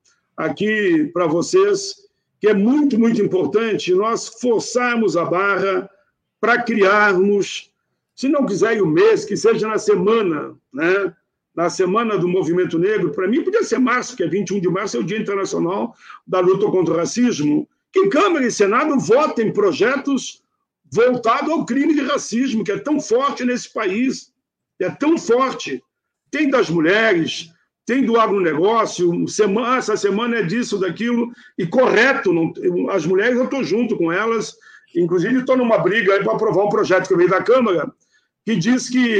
aqui para vocês, que é muito, muito importante nós forçarmos a barra para criarmos, se não quiser o mês, que seja na semana, né? Na semana do Movimento Negro, para mim podia ser março, que é vinte e um de março, é o Dia Internacional da Luta contra o Racismo, que Câmara e Senado votem projetos voltados ao crime de racismo, que é tão forte nesse país, é tão forte. Tem das mulheres, tem do agronegócio, semana, essa semana é disso, daquilo, e correto, não, as mulheres eu estou junto com elas, inclusive estou numa briga para aprovar um projeto que veio da Câmara, que diz que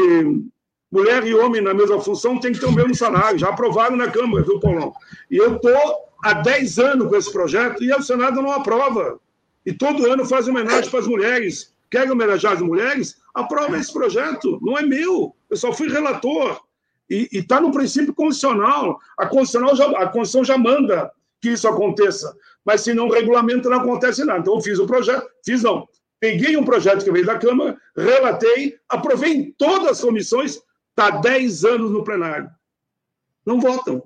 mulher e homem na mesma função tem que ter o mesmo salário, já aprovaram na Câmara, viu, Paulão? E eu estou há dez anos com esse projeto e o Senado não aprova. E todo ano faz homenagem para as mulheres. Quer homenagear as mulheres? Aprova esse projeto, não é meu, eu só fui relator. E está no princípio constitucional. A Constituição, já, a Constituição já manda que isso aconteça. Mas se não regulamenta, não acontece nada. Então, eu fiz o projeto, fiz não. Peguei um projeto que veio da Câmara, relatei, aprovei em todas as comissões, está dez anos no plenário. Não votam.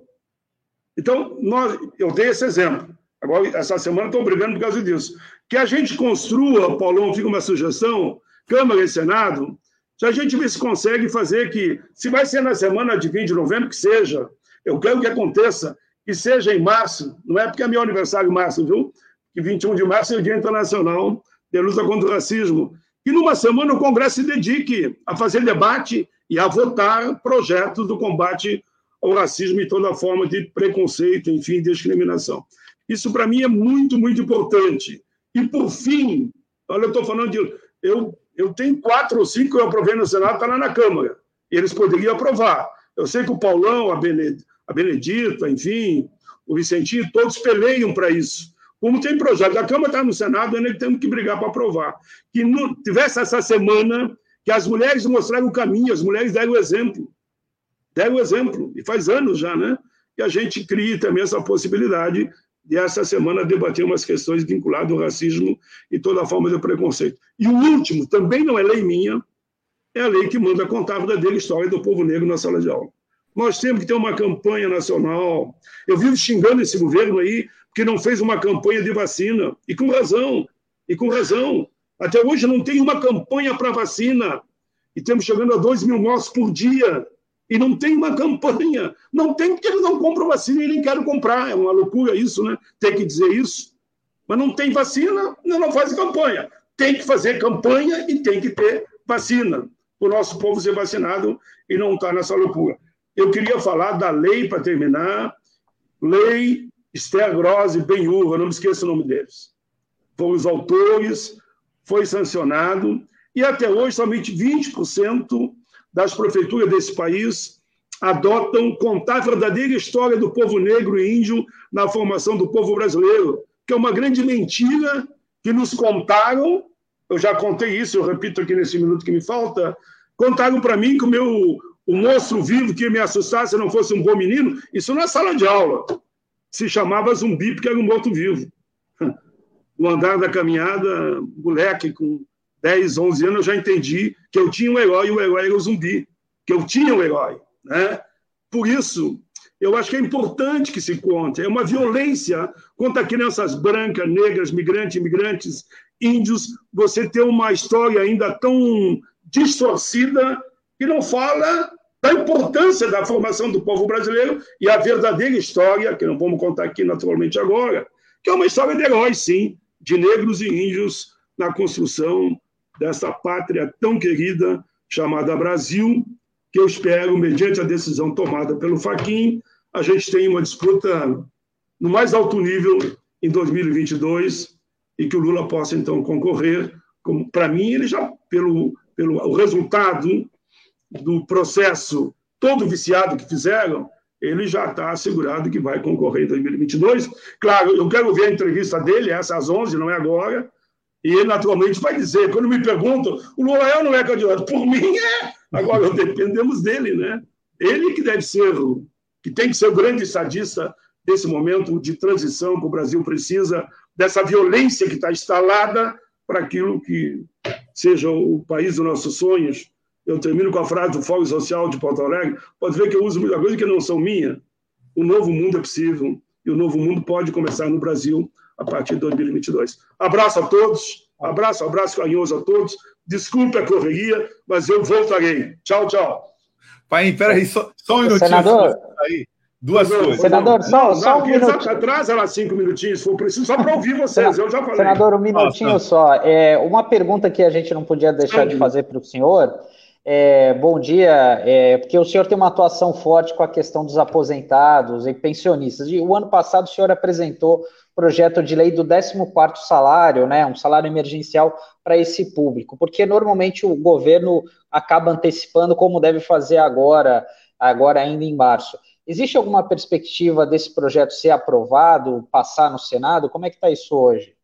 Então, nós, eu dei esse exemplo. Agora, essa semana, estou brigando por causa disso. Que a gente construa, Paulão, fica uma sugestão, Câmara e Senado, se a gente vê se consegue fazer que, se vai ser na semana de vinte de novembro, que seja, eu quero que aconteça, que seja em março, não é porque é meu aniversário em março, viu? Que vinte e um de março é o Dia Internacional de Luta contra o Racismo. Que numa semana o Congresso se dedique a fazer debate e a votar projetos do combate ao racismo e toda forma de preconceito, enfim, discriminação. Isso, para mim, é muito, muito importante. E, por fim, olha, eu estou falando de... Eu, eu tenho quatro ou cinco que eu aprovei no Senado, está lá na Câmara. E eles poderiam aprovar. Eu sei que o Paulão, a Benedita, enfim, o Vicentinho, todos peleiam para isso. Como tem projeto, a Câmara está no Senado, ainda temos que brigar para aprovar. Que não tivesse essa semana, que as mulheres mostraram o caminho, as mulheres deram o exemplo. deram o exemplo, e faz anos já, né? E a gente cria também essa possibilidade de, essa semana, debater umas questões vinculadas ao racismo e toda forma de preconceito. E o último, também não é lei minha, é a lei que manda contar a verdadeira história do povo negro na sala de aula. Nós temos que ter uma campanha nacional. Eu vivo xingando esse governo aí, que não fez uma campanha de vacina, e com razão, e com razão. Até hoje não tem uma campanha para vacina, e estamos chegando a dois mil mortos por dia, e não tem uma campanha. Não tem porque eles não compram vacina e nem querem comprar. É uma loucura isso, né? Tem que dizer isso. Mas não tem vacina, não faz campanha. Tem que fazer campanha e tem que ter vacina. O nosso povo ser vacinado e não estar nessa loucura. Eu queria falar da lei, para terminar, lei Esther Grossi e Benhur, não me esqueça o nome deles. Foram os autores, foi sancionado, e até hoje somente vinte por cento das prefeituras desse país adotam contar a verdadeira história do povo negro e índio na formação do povo brasileiro, que é uma grande mentira que nos contaram. Eu já contei isso, eu repito aqui nesse minuto que me falta. Contaram para mim que o meu o monstro vivo que ia me assustar se não fosse um bom menino. Isso não é sala de aula. Se chamava zumbi porque era um morto-vivo. No andar da caminhada, moleque com dez, onze anos, eu já entendi que eu tinha um herói e o herói era o zumbi. Que eu tinha um herói. Né? Por isso, eu acho que é importante que se conte. É uma violência contra crianças brancas, negras, migrantes, imigrantes, índios, você ter uma história ainda tão distorcida que não fala da importância da formação do povo brasileiro e a verdadeira história, que não vamos contar aqui naturalmente agora, que é uma história de heróis, sim, de negros e índios na construção dessa pátria tão querida chamada Brasil, que eu espero, mediante a decisão tomada pelo Fachin, a gente tenha uma disputa no mais alto nível em dois mil e vinte e dois e que o Lula possa, então, concorrer. Para mim, ele já, pelo, pelo o resultado do processo todo viciado que fizeram, ele já está assegurado que vai concorrer em dois mil e vinte e dois. Claro, eu quero ver a entrevista dele, essa às onze, não é agora, e ele naturalmente vai dizer, quando me perguntam, o Lula é ou não é candidato? Por mim é! Agora, dependemos dele, né? Ele que deve ser, que tem que ser o grande estadista desse momento de transição que o Brasil precisa, dessa violência que está instalada para aquilo que seja o país dos nossos sonhos. Eu termino com a frase do Fórum Social de Porto Alegre. Pode ver que eu uso muita coisa que não são minha. O novo mundo é possível e o novo mundo pode começar no Brasil a partir de dois mil e vinte e dois. Abraço a todos, abraço, abraço carinhoso a todos. Desculpe a correria, mas eu voltarei. Tchau, tchau. Pai, peraí, só, só um minutinho. Senador, aí. Duas não, coisas. Senador, não, só, não, só um minuto. Atrasa lá cinco minutinhos, se for preciso, só para ouvir vocês, eu já falei. Senador, um minutinho Nossa. só. É, uma pergunta que a gente não podia deixar de fazer para o senhor. É, bom dia, é, porque o senhor tem uma atuação forte com a questão dos aposentados e pensionistas. E o ano passado o senhor apresentou projeto de lei do décimo quarto salário, né, um salário emergencial para esse público, porque normalmente o governo acaba antecipando como deve fazer agora, agora ainda em março. Existe alguma perspectiva desse projeto ser aprovado, passar no Senado? Como é que está isso hoje?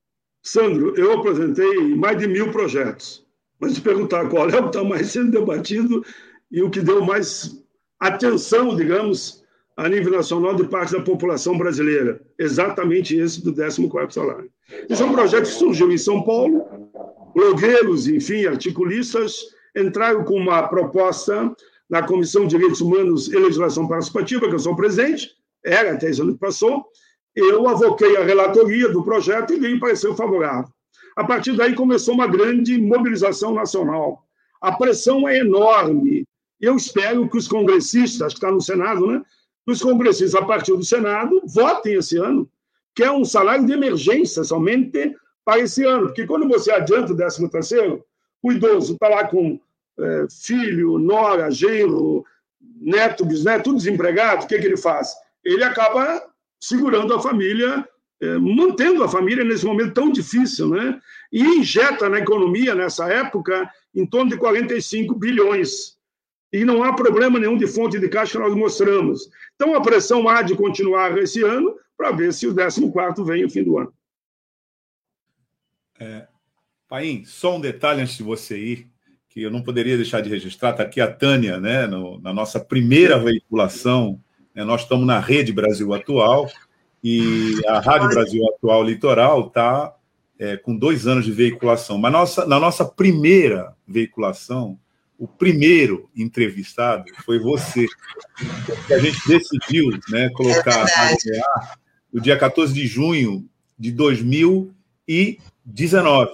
Sandro, eu apresentei mais de mil projetos, mas se perguntar qual é o que está mais sendo debatido e o que deu mais atenção, digamos, a nível nacional de parte da população brasileira, exatamente esse do décimo quarto salário. Esse é um projeto que surgiu em São Paulo, blogueiros, enfim, articulistas, entraram com uma proposta na Comissão de Direitos Humanos e Legislação Participativa, que eu sou presidente, era até esse ano que passou, eu avoquei a relatoria do projeto e veio parecer favorável. A partir daí começou uma grande mobilização nacional. A pressão é enorme. Eu espero que os congressistas, que estão no Senado, né, os congressistas, a partir do Senado, votem esse ano, que é um salário de emergência somente para esse ano. Porque quando você adianta o décimo terceiro, o idoso está lá com é, filho, nora, genro, neto, bisneto, tudo desempregado, o que, que ele faz? Ele acaba segurando a família, é, mantendo a família nesse momento tão difícil, né? E injeta na economia, nessa época, em torno de quarenta e cinco bilhões. E não há problema nenhum de fonte de caixa que nós mostramos. Então, a pressão há de continuar esse ano para ver se o décimo quarto vem no fim do ano. É, Paim, só um detalhe antes de você ir, que que eu não poderia deixar de registrar, está aqui a Tânia, né, no, na nossa primeira veiculação, né, nós estamos na Rede Brasil Atual, e a Rádio Brasil Atual Litoral está é, com dois anos de veiculação, mas nossa, na nossa primeira veiculação, o primeiro entrevistado foi você, que a gente decidiu, né, colocar a Rádio no ar no dia quatorze de junho de dois mil e dezenove,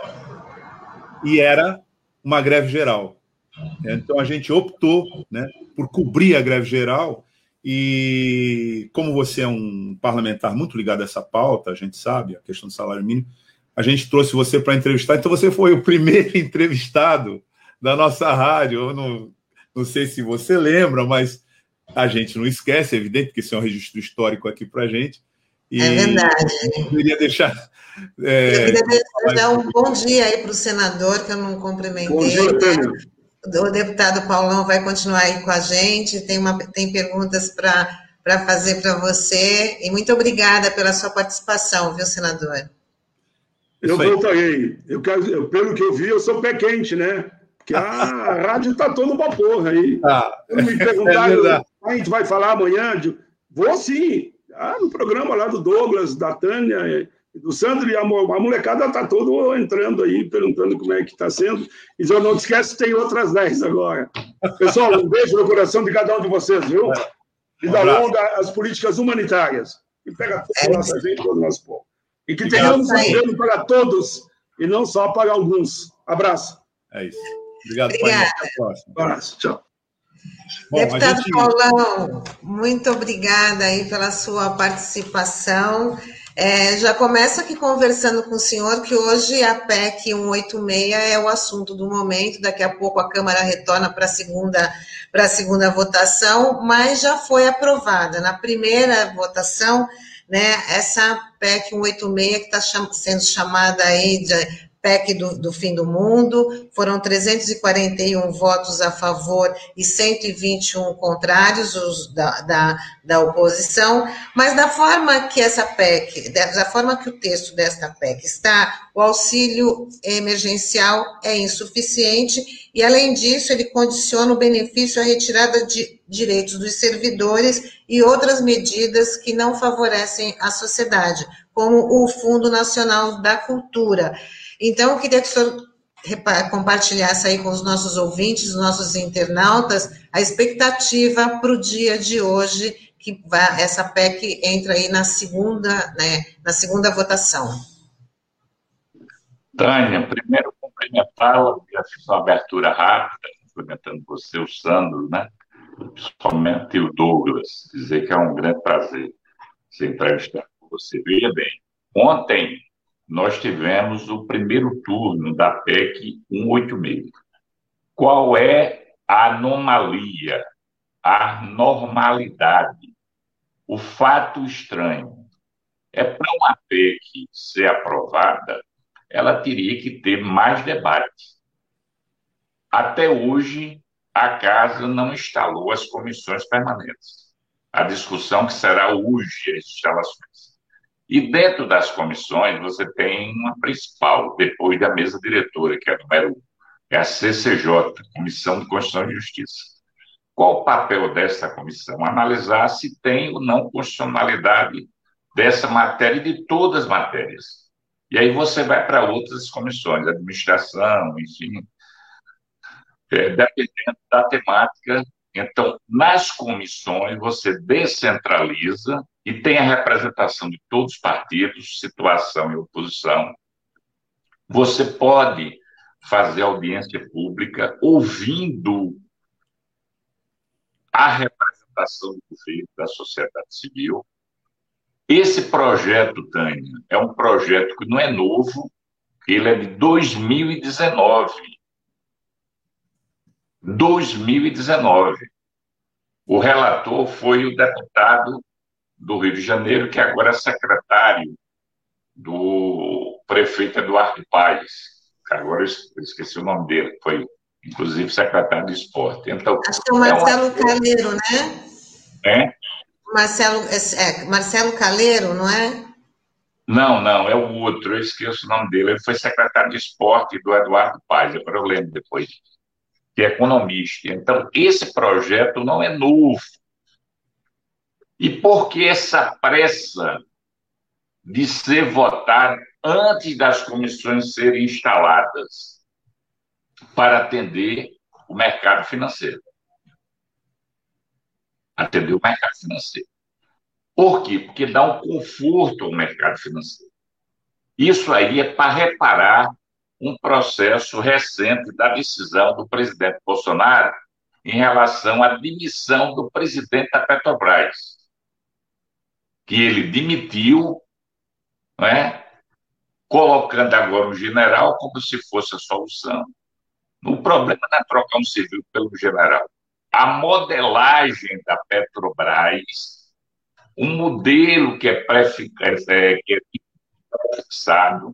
e era uma greve geral. Então, a gente optou, né, por cobrir a greve geral, e como você é um parlamentar muito ligado a essa pauta, a gente sabe, a questão do salário mínimo, a gente trouxe você para entrevistar, então você foi o primeiro entrevistado da nossa rádio. Eu não, não sei se você lembra, mas a gente não esquece, é evidente, porque isso é um registro histórico aqui para a gente. E é verdade. Eu queria deixar... É, eu queria desejar um bom dia aí para o senador, que eu não cumprimentei. Bom dia, Tânia. O deputado Paulão vai continuar aí com a gente, tem, uma, tem perguntas para fazer para você, e muito obrigada pela sua participação, viu, senador? Eu voltarei. Eu quero, eu, pelo que eu vi, eu sou pé quente, né? Porque a rádio está toda uma porra aí. Ah, me perguntaram, é a gente vai falar amanhã? De, vou sim. Ah, no programa lá do Douglas, da Tânia, do Sandro, e a, a molecada está toda entrando aí, perguntando como é que está sendo. E eu não te esquece, tem outras dez agora. Pessoal, um beijo no coração de cada um de vocês, viu? E da longa as políticas humanitárias, que pega toda a nossa gente, todo o nosso povo. E que tenhamos um governo para todos, e não só para alguns. Abraço. É isso. Obrigado, pai. Até a próxima. Abraço. Tchau. Bom, deputado gente... Paulão, muito obrigada aí pela sua participação. É, já começo aqui conversando com o senhor que hoje a P E C cento e oitenta e seis é o assunto do momento, daqui a pouco a Câmara retorna para a segunda, para a segunda votação, mas já foi aprovada. Na primeira votação, né, essa P E C cento e oitenta e seis que está cham- sendo chamada aí de P E C do, do fim do mundo, foram trezentos e quarenta e um votos a favor e cento e vinte e um contrários, os da, da, da oposição, mas da forma que essa P E C, da forma que o texto desta P E C está, o auxílio emergencial é insuficiente e, além disso, ele condiciona o benefício à retirada de direitos dos servidores e outras medidas que não favorecem a sociedade, como o Fundo Nacional da Cultura. Então, eu queria que o senhor compartilhasse aí com os nossos ouvintes, os nossos internautas, a expectativa para o dia de hoje, que vai, essa P E C entra aí na segunda, né, na segunda votação. Tânia, primeiro cumprimentá-la, já fiz uma abertura rápida, cumprimentando você, o Sandro, né? Principalmente o Douglas, dizer que é um grande prazer ser entrevistado com você. Veja bem, ontem nós tivemos o primeiro turno da P E C cento e oitenta e seis. Qual é a anomalia, a normalidade, o fato estranho? É para uma P E C ser aprovada, ela teria que ter mais debate. Até hoje, a Casa não instalou as comissões permanentes. A discussão que será hoje, as instalações. E dentro das comissões, você tem uma principal, depois da mesa diretora, que é a número um, é a C C J, Comissão de Constituição e Justiça. Qual o papel dessa comissão? Analisar se tem ou não constitucionalidade dessa matéria e de todas as matérias. E aí você vai para outras comissões, administração, enfim, é, dependendo da temática. Então, nas comissões, você descentraliza e tem a representação de todos os partidos, situação e oposição. Você pode fazer audiência pública ouvindo a representação do governo, da sociedade civil. Esse projeto, Tânia, é um projeto que não é novo, ele é de dois mil e dezenove. dois mil e dezenove. O relator foi o deputado do Rio de Janeiro, que agora é secretário do prefeito Eduardo Paes, que agora eu esqueci o nome dele, foi, inclusive, secretário de esporte. Então, acho que é o Marcelo é uma... Calheiro, né? É? Marcelo, é, Marcelo Calheiro, não é? Não, não, é o outro, eu esqueço o nome dele. Ele foi secretário de esporte do Eduardo Paes, agora eu lembro depois. que é economista. Então, esse projeto não é novo. E por que essa pressa de ser votado antes das comissões serem instaladas para atender o mercado financeiro? Atender o mercado financeiro. Por quê? Porque dá um conforto ao mercado financeiro. Isso aí é para reparar um processo recente da decisão do presidente Bolsonaro em relação à demissão do presidente da Petrobras, que ele demitiu, não é? Colocando agora um general como se fosse a solução. O problema não é trocar um civil pelo general. A modelagem da Petrobras, um modelo que é pré-fixado,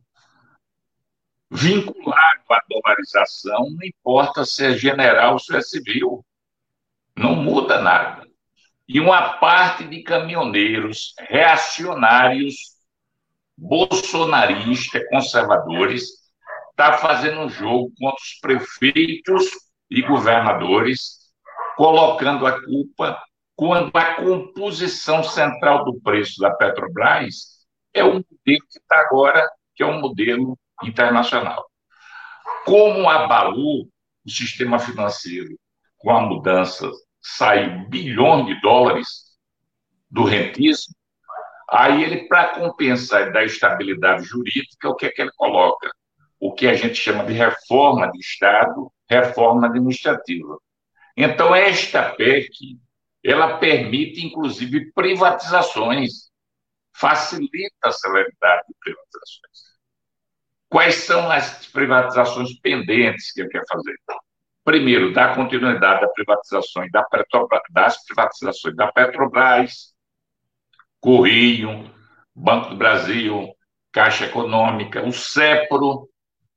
vinculado à dolarização, não importa se é general ou se é civil, não muda nada. E uma parte de caminhoneiros reacionários, bolsonaristas, conservadores, está fazendo um jogo contra os prefeitos e governadores, colocando a culpa quando a composição central do preço da Petrobras é o modelo que está agora, que é um modelo internacional. Como abalou o sistema financeiro com a mudança, saiu bilhões de dólares do rentismo, aí ele, para compensar e dar estabilidade jurídica, o que é que ele coloca? O que a gente chama de reforma de Estado, reforma administrativa. Então, esta P E C, ela permite, inclusive, privatizações, facilita a celeridade de privatizações. Quais são as privatizações pendentes que ele quer fazer? Primeiro, dar continuidade às privatizações da Petrobras, das privatizações da Petrobras, Correio, Banco do Brasil, Caixa Econômica, o SEPRO,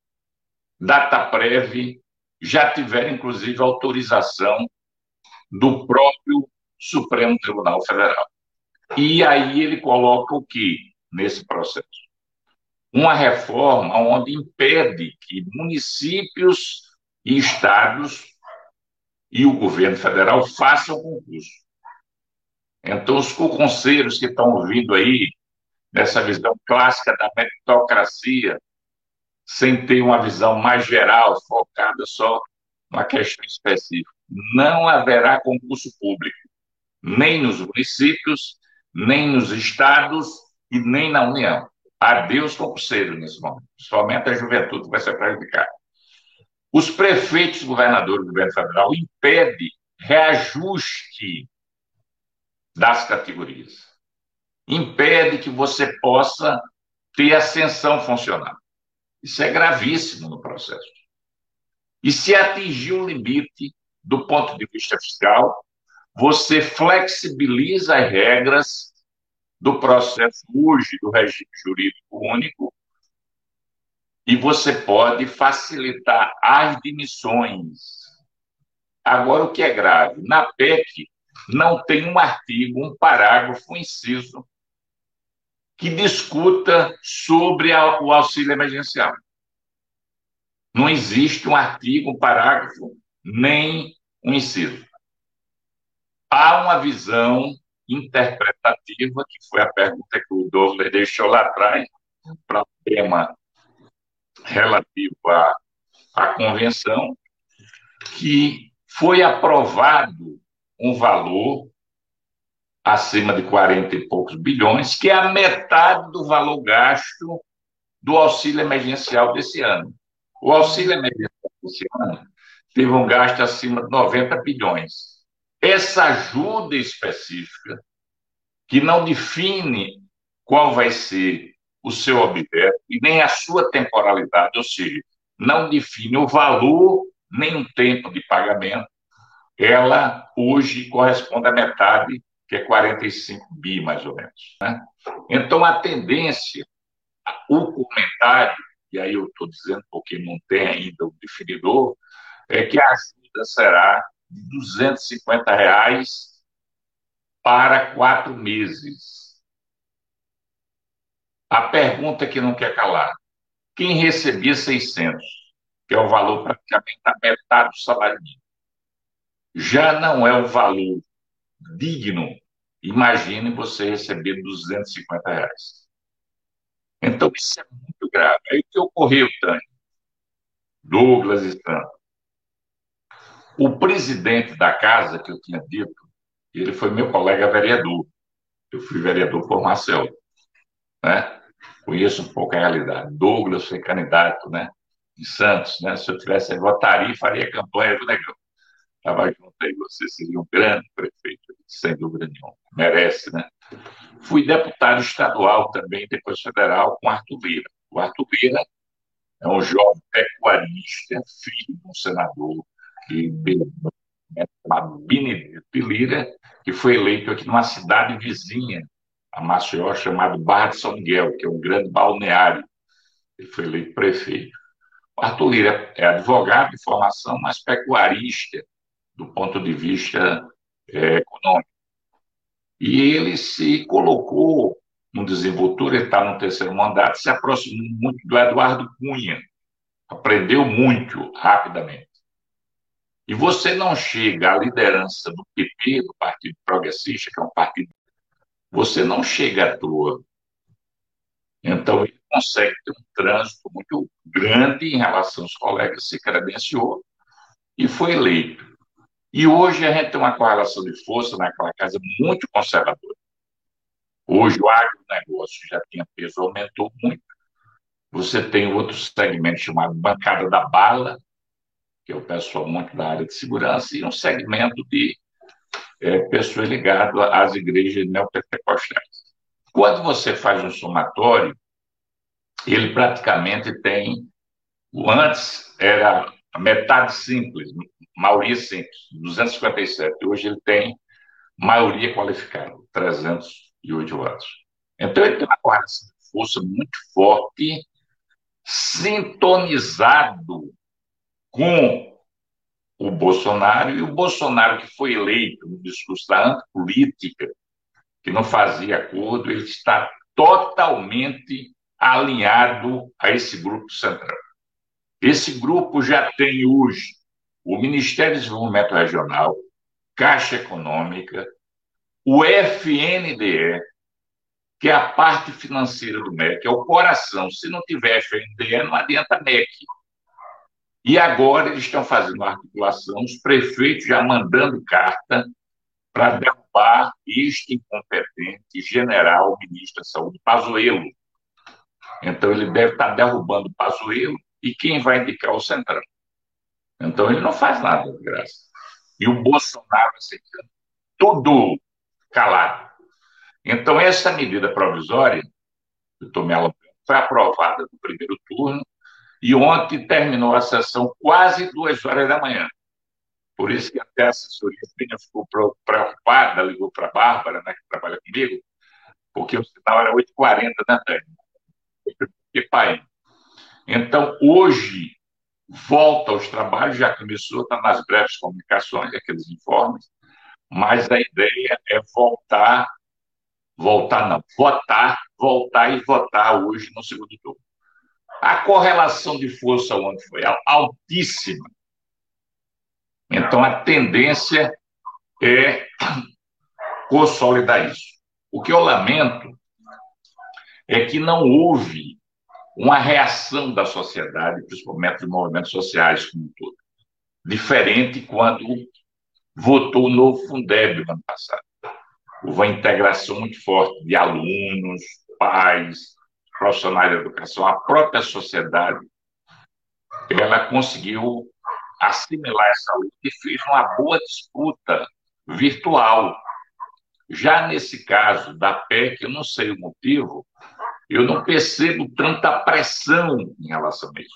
Dataprev, já tiveram, inclusive, autorização do próprio Supremo Tribunal Federal. E aí ele coloca o quê nesse processo? Uma reforma onde impede que municípios e estados e o governo federal façam concurso. Então, os conselheiros que estão ouvindo aí, nessa visão clássica da meritocracia, sem ter uma visão mais geral, focada só numa questão específica, não haverá concurso público, nem nos municípios, nem nos estados e nem na União. Adeus concurseiro nesse momento. Somente a juventude vai ser prejudicada. Os prefeitos e governadores do governo federal impedem reajuste das categorias. Impede que você possa ter ascensão funcional. Isso é gravíssimo no processo. E se atingir o limite do ponto de vista fiscal, você flexibiliza as regras do processo hoje do regime jurídico único e você pode facilitar as demissões. Agora, o que é grave? Na P E C não tem um artigo, um parágrafo, um inciso que discuta sobre a, o auxílio emergencial. Não existe um artigo, um parágrafo, nem um inciso. Há uma visão interpretativa, que foi a pergunta que o Douglas deixou lá atrás, para o tema relativo à, à convenção, que foi aprovado um valor acima de quarenta e poucos bilhões, que é a metade do valor gasto do auxílio emergencial desse ano. O auxílio emergencial desse ano teve um gasto acima de noventa bilhões. Essa ajuda específica, que não define qual vai ser o seu objeto e nem a sua temporalidade, ou seja, não define o valor nem o tempo de pagamento, ela hoje corresponde à metade, que é quarenta e cinco bi, mais ou menos. Né? Então, a tendência, o comentário, e aí eu estou dizendo porque não tem ainda o definidor, é que a ajuda será de duzentos e cinquenta reais para quatro meses. A pergunta que não quer calar: quem recebia seiscentos, que é o valor praticamente da metade do salário mínimo, já não é um valor digno. Imagine você receber duzentos e cinquenta reais. Então, isso é muito grave. Aí o que ocorreu, Tânia, Douglas e Sandro? O presidente da casa, que eu tinha dito, ele foi meu colega vereador. Eu fui vereador por Marcel, né? Conheço um pouco a realidade. Douglas foi candidato, né? De Santos, né? Se eu tivesse, eu votaria e faria campanha do Negão. Estava junto aí, você seria um grande prefeito, sem dúvida nenhuma. Merece, né? Fui deputado estadual também, depois federal, com Arthur Lira. O Arthur Lira é um jovem pecuarista, filho de um senador que chamado Benedito Lira, que foi eleito aqui numa cidade vizinha a Maceió, chamado Barra de São Miguel, que é um grande balneário. Ele foi eleito prefeito. O Arthur Lira é advogado de formação, mas pecuarista do ponto de vista é, econômico. E ele se colocou no desenvoltura, ele está no terceiro mandato, se aproximou muito do Eduardo Cunha, aprendeu muito rapidamente. E você não chega à liderança do P P, do Partido Progressista, que é um partido, você não chega à toa. Então, ele consegue ter um trânsito muito grande em relação aos colegas, se credenciou e foi eleito. E hoje a gente tem uma correlação de força naquela casa muito conservadora. Hoje o agronegócio já tinha peso, aumentou muito. Você tem outro segmento chamado bancada da bala, que é o pessoal muito da área de segurança, e um segmento de é, pessoas ligadas às igrejas neopentecostais. Quando você faz um somatório, ele praticamente tem, o antes era metade simples, maioria simples, duzentos e cinquenta e sete, hoje ele tem maioria qualificada, trezentos e oito votos. Então ele tem uma correlação de força muito forte, sintonizado com o Bolsonaro, e o Bolsonaro que foi eleito no discurso da antipolítica, que não fazia acordo, ele está totalmente alinhado a esse grupo central. Esse grupo já tem hoje o Ministério do Desenvolvimento Regional, Caixa Econômica, o F N D E, que é a parte financeira do M E C, é o coração. Se não tiver F N D E, não adianta M E C. E agora eles estão fazendo uma articulação, os prefeitos já mandando carta para derrubar este incompetente general ministro da Saúde, Pazuello. Então, ele deve estar derrubando o Pazuello, e quem vai indicar o Centrão? Então, ele não faz nada de graça. E o Bolsonaro aceitando tudo calado. Então, essa medida provisória, eu estou me alongando, foi aprovada no primeiro turno, e ontem terminou a sessão quase duas horas da manhã. Por isso que até a assessoria ficou preocupada, ligou para a Bárbara, né, que trabalha comigo, porque o sinal era oito e quarenta da tarde. Que pai. Então, hoje, volta aos trabalhos, já começou, está nas breves comunicações, aqueles informes, mas a ideia é voltar, voltar não, votar, voltar e votar hoje no segundo turno. A correlação de força ontem foi altíssima. Então, a tendência é consolidar isso. O que eu lamento é que não houve uma reação da sociedade, principalmente dos movimentos sociais como um todo, diferente quando votou o novo Fundeb no ano passado. Houve uma integração muito forte de alunos, pais, profissionais da educação, a própria sociedade, ela conseguiu assimilar essa luta e fez uma boa disputa virtual. Já nesse caso da P E C, eu não sei o motivo, eu não percebo tanta pressão em relação a isso.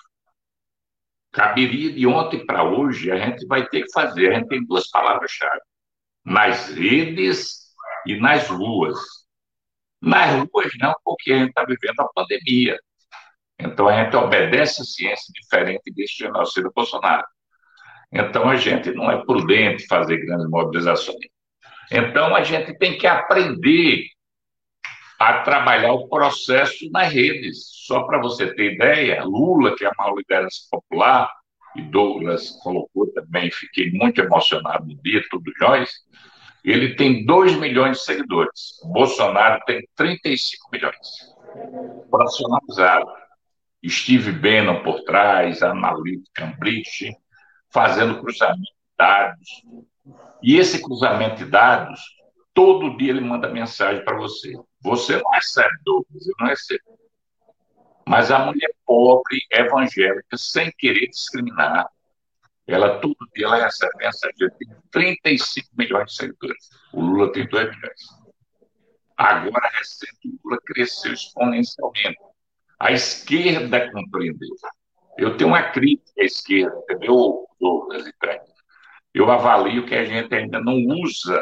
Caberia de ontem para hoje, a gente vai ter que fazer, a gente tem duas palavras-chave, nas redes e nas ruas. Nas ruas não, porque a gente está vivendo a pandemia. Então a gente obedece a ciência diferente deste genocídio Bolsonaro. Então a gente não é prudente fazer grandes mobilizações. Então a gente tem que aprender a trabalhar o processo nas redes. Só para você ter ideia, Lula, que é a maior liderança popular, e Douglas colocou também, fiquei muito emocionado no dia, tudo nós, ele tem dois milhões de seguidores. Bolsonaro tem trinta e cinco milhões. Profissionalizado. Steve Bannon por trás, Analytics Cambridge, fazendo cruzamento de dados. E esse cruzamento de dados, todo dia ele manda mensagem para você. Você não recebe, Douglas, eu não recebo. Mas a mulher pobre, evangélica, sem querer discriminar, ela todo dia ela recebe mensagem. Ela tem trinta e cinco milhões de seguidores. O Lula tem dois milhões. Agora, recente, o Lula cresceu exponencialmente. A esquerda compreendeu. Eu tenho uma crítica à esquerda, entendeu, Douglas? Eu avalio que a gente ainda não usa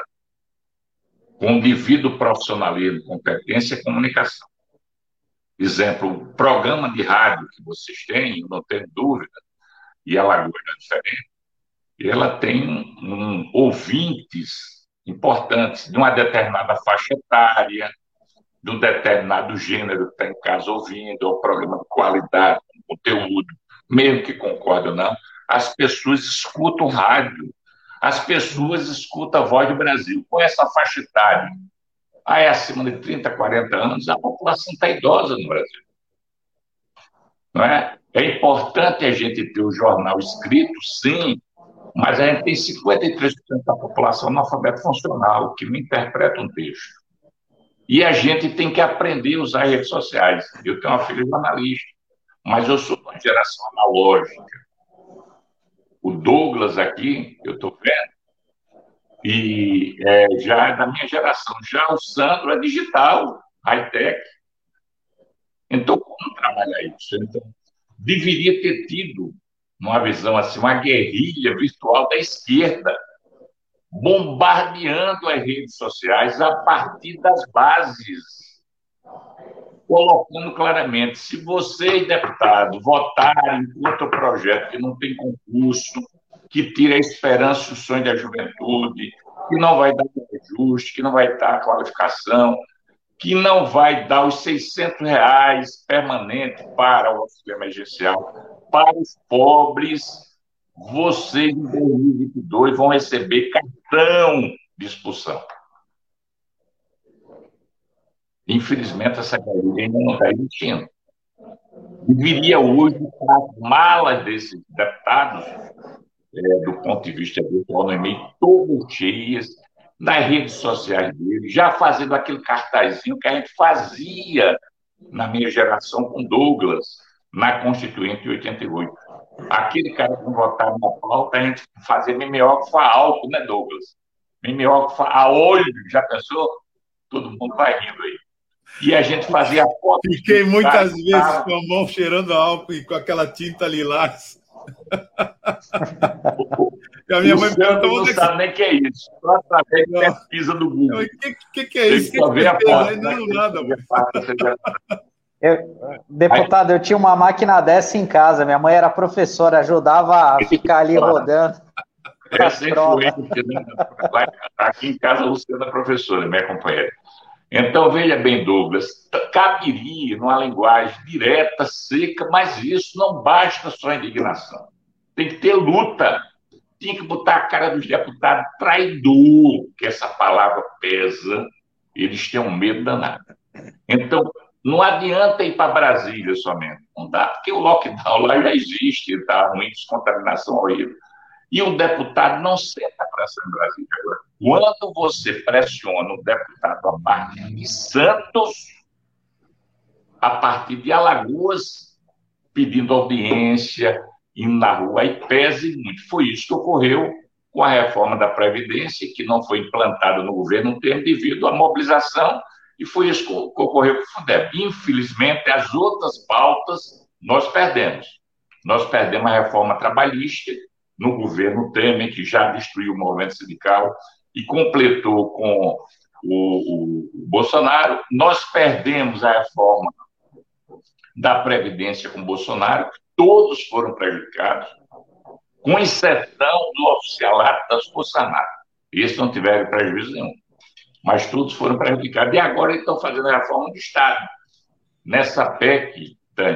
com devido profissionalismo, competência e comunicação. Exemplo, o programa de rádio que vocês têm, não tenho dúvida, e a Alagoas não é diferente, ela tem um, ouvintes importantes de uma determinada faixa etária, de um determinado gênero que está em casa ouvindo, é um programa de qualidade, um conteúdo, mesmo que concorde ou não, as pessoas escutam rádio, as pessoas escutam a Voz do Brasil. Com essa faixa etária, aí acima de trinta, quarenta anos, a população está idosa no Brasil. Não é? É importante a gente ter o jornal escrito, sim, mas a gente tem cinquenta e três por cento da população analfabeto funcional, que não interpreta um texto. E a gente tem que aprender a usar as redes sociais. Eu tenho uma filha jornalista, mas eu sou de uma geração analógica. O Douglas aqui, eu estou vendo, e é, já é da minha geração. Já o Sandro é digital, high-tech. Então, como trabalhar isso? Então, deveria ter tido, numa visão assim, uma guerrilha virtual da esquerda, bombardeando as redes sociais a partir das bases, colocando claramente, se vocês, deputados, votarem contra o projeto que não tem concurso, que tira a esperança e o sonho da juventude, que não vai dar reajuste, que não vai dar qualificação, que não vai dar os seiscentos reais permanentes para o auxílio emergencial, para os pobres, vocês, em dois mil e vinte e dois, vão receber cartão de expulsão. Infelizmente, essa guerrilha ainda não está existindo. Deveria hoje estar as malas desses deputados, é, do ponto de vista virtual, no e-mail, todas cheias, nas redes sociais dele, já fazendo aquele cartazinho que a gente fazia na minha geração com Douglas, na Constituinte de oitenta e oito. Aquele cara que não votava na pauta, a gente fazia mimeógrafo a álcool, né, Douglas? Mimeógrafo a óleo, já pensou? Todo mundo vai rindo aí. E a gente fazia foto. Fiquei muitas vezes tava... com a mão cheirando álcool e com aquela tinta lilás. A minha mãe não sabe que... nem o que é isso. Só através de pesquisa do Google. O que, que, que é isso? Só vê a foto. Não, nada, eu, deputado, eu tinha uma máquina dessa em casa. Minha mãe era professora, ajudava a ficar ali rodando. Essa influência, né? Aqui em casa, a Luciana é professora, minha companheira. Então, veja bem, Douglas, caberia numa linguagem direta, seca, mas isso não basta só indignação. Tem que ter luta. Tem que botar a cara dos deputados traidor, que essa palavra pesa, eles têm um medo danado. Então, não adianta ir para Brasília somente. Não dá, porque o lockdown lá já existe, está ruim, descontaminação horrível. E o deputado não senta para ser em Brasília agora. Quando você pressiona o deputado a partir de Santos, a partir de Alagoas, pedindo audiência, indo na rua, aí pese muito. Foi isso que ocorreu com a reforma da Previdência, que não foi implantada no governo no tempo devido à mobilização, e foi isso que ocorreu com o Fundeb. Infelizmente, as outras pautas nós perdemos. Nós perdemos a reforma trabalhista no governo Temer, que já destruiu o movimento sindical e completou com o, o, o Bolsonaro. Nós perdemos a reforma da Previdência com o Bolsonaro, todos foram prejudicados, com exceção do oficialato das Forças Armadas. Esses não tiveram prejuízo nenhum. Mas todos foram prejudicados. E agora eles estão fazendo a reforma do Estado. Nessa P E C, Tânia,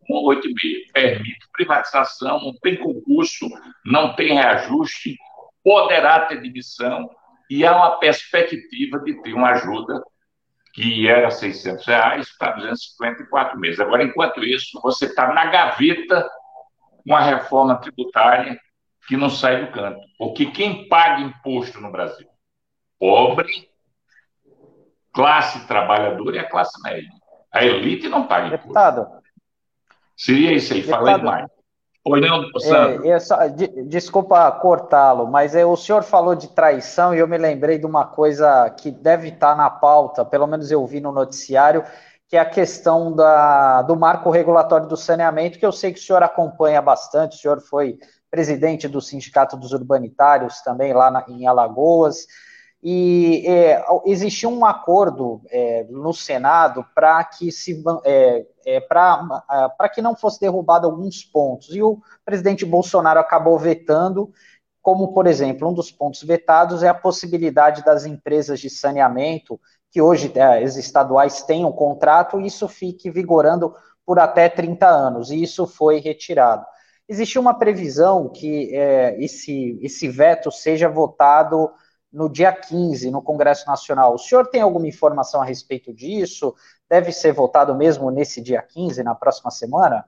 oito e meio permite privatização, não tem concurso, não tem reajuste, poderá ter demissão e há uma perspectiva de ter uma ajuda que era seiscentos reais para duzentos e cinquenta e quatro meses. Agora, enquanto isso, você está na gaveta com a reforma tributária que não sai do canto. Porque quem paga imposto no Brasil? Pobre, classe trabalhadora e a classe média. A elite não paga imposto. Deputado. Seria isso aí, Deputado, falei demais. Oi, não, é, é só, de, desculpa cortá-lo, mas é, o senhor falou de traição e eu me lembrei de uma coisa que deve estar na pauta, pelo menos eu vi no noticiário, que é a questão da, do marco regulatório do saneamento, que eu sei que o senhor acompanha bastante, o senhor foi presidente do Sindicato dos Urbanitários também lá na, em Alagoas, e é, existiu um acordo é, no Senado para que se é, é, para que não fosse derrubado alguns pontos, e o presidente Bolsonaro acabou vetando, como, por exemplo, um dos pontos vetados é a possibilidade das empresas de saneamento, que hoje é, as estaduais têm um contrato, e isso fique vigorando por até trinta anos, e isso foi retirado. Existe uma previsão que é, esse, esse veto seja votado no dia quinze, no Congresso Nacional. O senhor tem alguma informação a respeito disso? Deve ser votado mesmo nesse dia quinze, na próxima semana?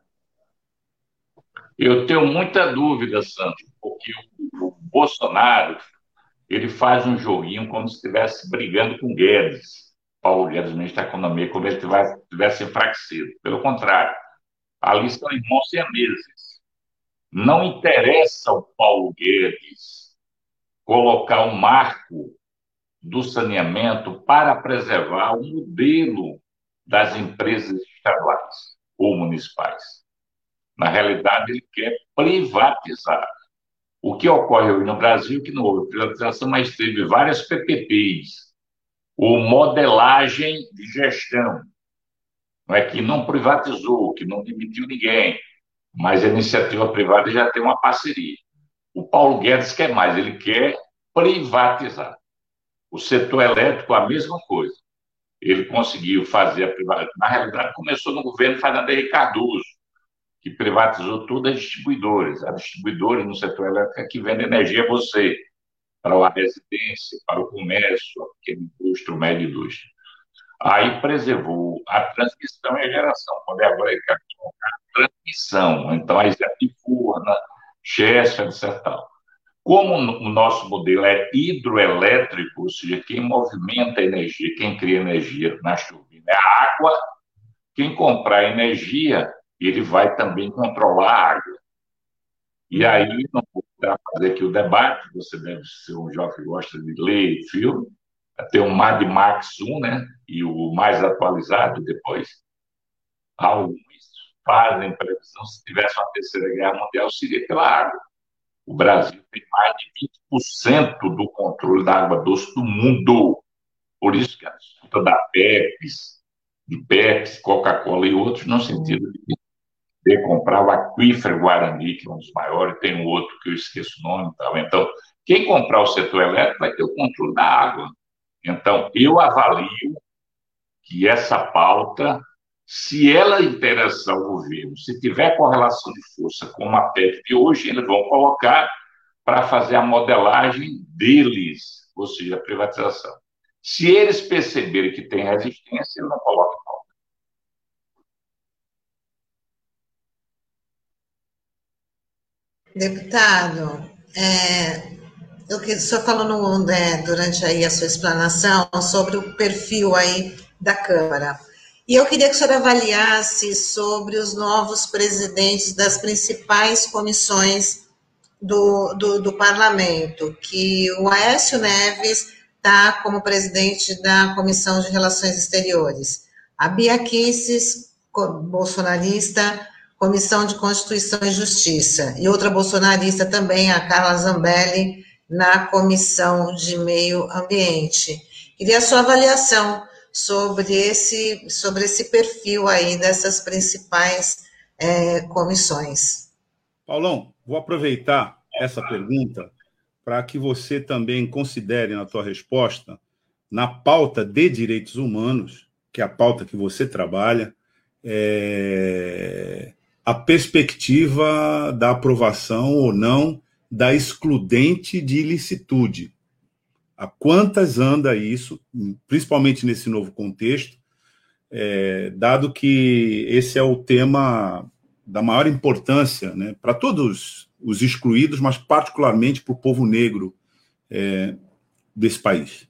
Eu tenho muita dúvida, Sandro, porque o Bolsonaro ele faz um joguinho como se estivesse brigando com Guedes, Paulo Guedes, ministro da Economia, como se ele tivesse enfraquecido. Pelo contrário, ali são irmãos siameses. Não interessa ao Paulo Guedes colocar um marco do saneamento para preservar o modelo das empresas estaduais ou municipais. Na realidade, ele quer privatizar. O que ocorre hoje no Brasil é que não houve privatização, mas teve várias P P Ps, ou modelagem de gestão. Não é que não privatizou, que não demitiu ninguém, mas a iniciativa privada já tem uma parceria. O Paulo Guedes quer mais, ele quer privatizar. O setor elétrico, a mesma coisa. Ele conseguiu fazer a privatização. Na realidade, começou no governo Fernando Henrique Cardoso, que privatizou todas as distribuidoras. A distribuidora no setor elétrico é que vende energia a você, para a residência, para o comércio, a pequena indústria, o médio indústria. Aí preservou a transmissão e a geração. Quando é agora ele quer colocar a transmissão. Então, aí já tem Furna, Chester, etcétera. Como o nosso modelo é hidroelétrico, ou seja, quem movimenta a energia, quem cria energia nas turbinas é a água, quem comprar energia, ele vai também controlar a água. E aí, não vou fazer aqui o debate, você deve ser um jovem que gosta de ler filme, tem o Mad Max um, né? E o mais atualizado depois. Alguns fazem previsão, se tivesse uma terceira guerra mundial, seria pela água. O Brasil tem mais de vinte por cento do controle da água doce do mundo. Por isso que a disputa da Pepsi, de Pepsi, Coca-Cola e outros, no sentido de, de comprar o aquífero Guarani, que é um dos maiores, tem um outro que eu esqueço o nome. Tal. Então, quem comprar o setor elétrico vai ter o controle da água. Então, eu avalio que essa pauta, se ela interessar o governo, se tiver correlação de força com a P E C de hoje, eles vão colocar para fazer a modelagem deles, ou seja, a privatização. Se eles perceberem que tem resistência, eles não colocam pauta. Deputado, é, o que o senhor falou no, né, durante aí a sua explanação sobre o perfil aí da Câmara. E eu queria que o senhor avaliasse sobre os novos presidentes das principais comissões do, do, do Parlamento, que o Aécio Neves está como presidente da Comissão de Relações Exteriores, a Bia Kicis, bolsonarista, Comissão de Constituição e Justiça, e outra bolsonarista também, a Carla Zambelli, na Comissão de Meio Ambiente. Queria a sua avaliação sobre esse, sobre esse perfil aí dessas principais é, comissões. Paulão, vou aproveitar essa pergunta para que você também considere na tua resposta, na pauta de direitos humanos, que é a pauta que você trabalha, é... a perspectiva da aprovação ou não da excludente de ilicitude. Há quantas anda isso, principalmente nesse novo contexto, é, dado que esse é o tema da maior importância, né, para todos os excluídos, mas particularmente para o povo negro é, desse país.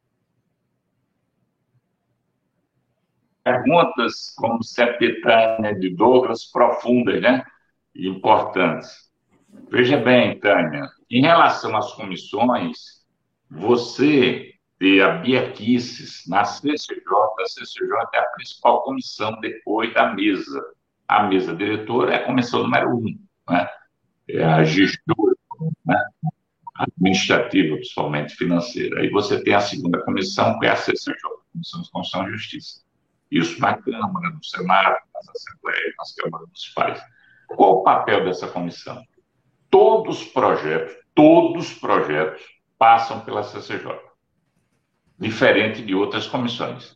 Perguntas, como sempre, Tânia, de Douglas, profundas, né? E importantes. Veja bem, Tânia, em relação às comissões, você ter a Bia Kicis na C C J, a C C J é a principal comissão depois da mesa. A mesa diretora é a comissão número um, né? É a gestora, né? Administrativa, principalmente financeira. Aí você tem a segunda comissão, que é a C C J, Comissão de Constituição e Justiça. Isso na Câmara, no Senado, nas Assembleias, nas Câmaras Municipais. Qual o papel dessa comissão? Todos os projetos, todos os projetos passam pela C C J. Diferente de outras comissões,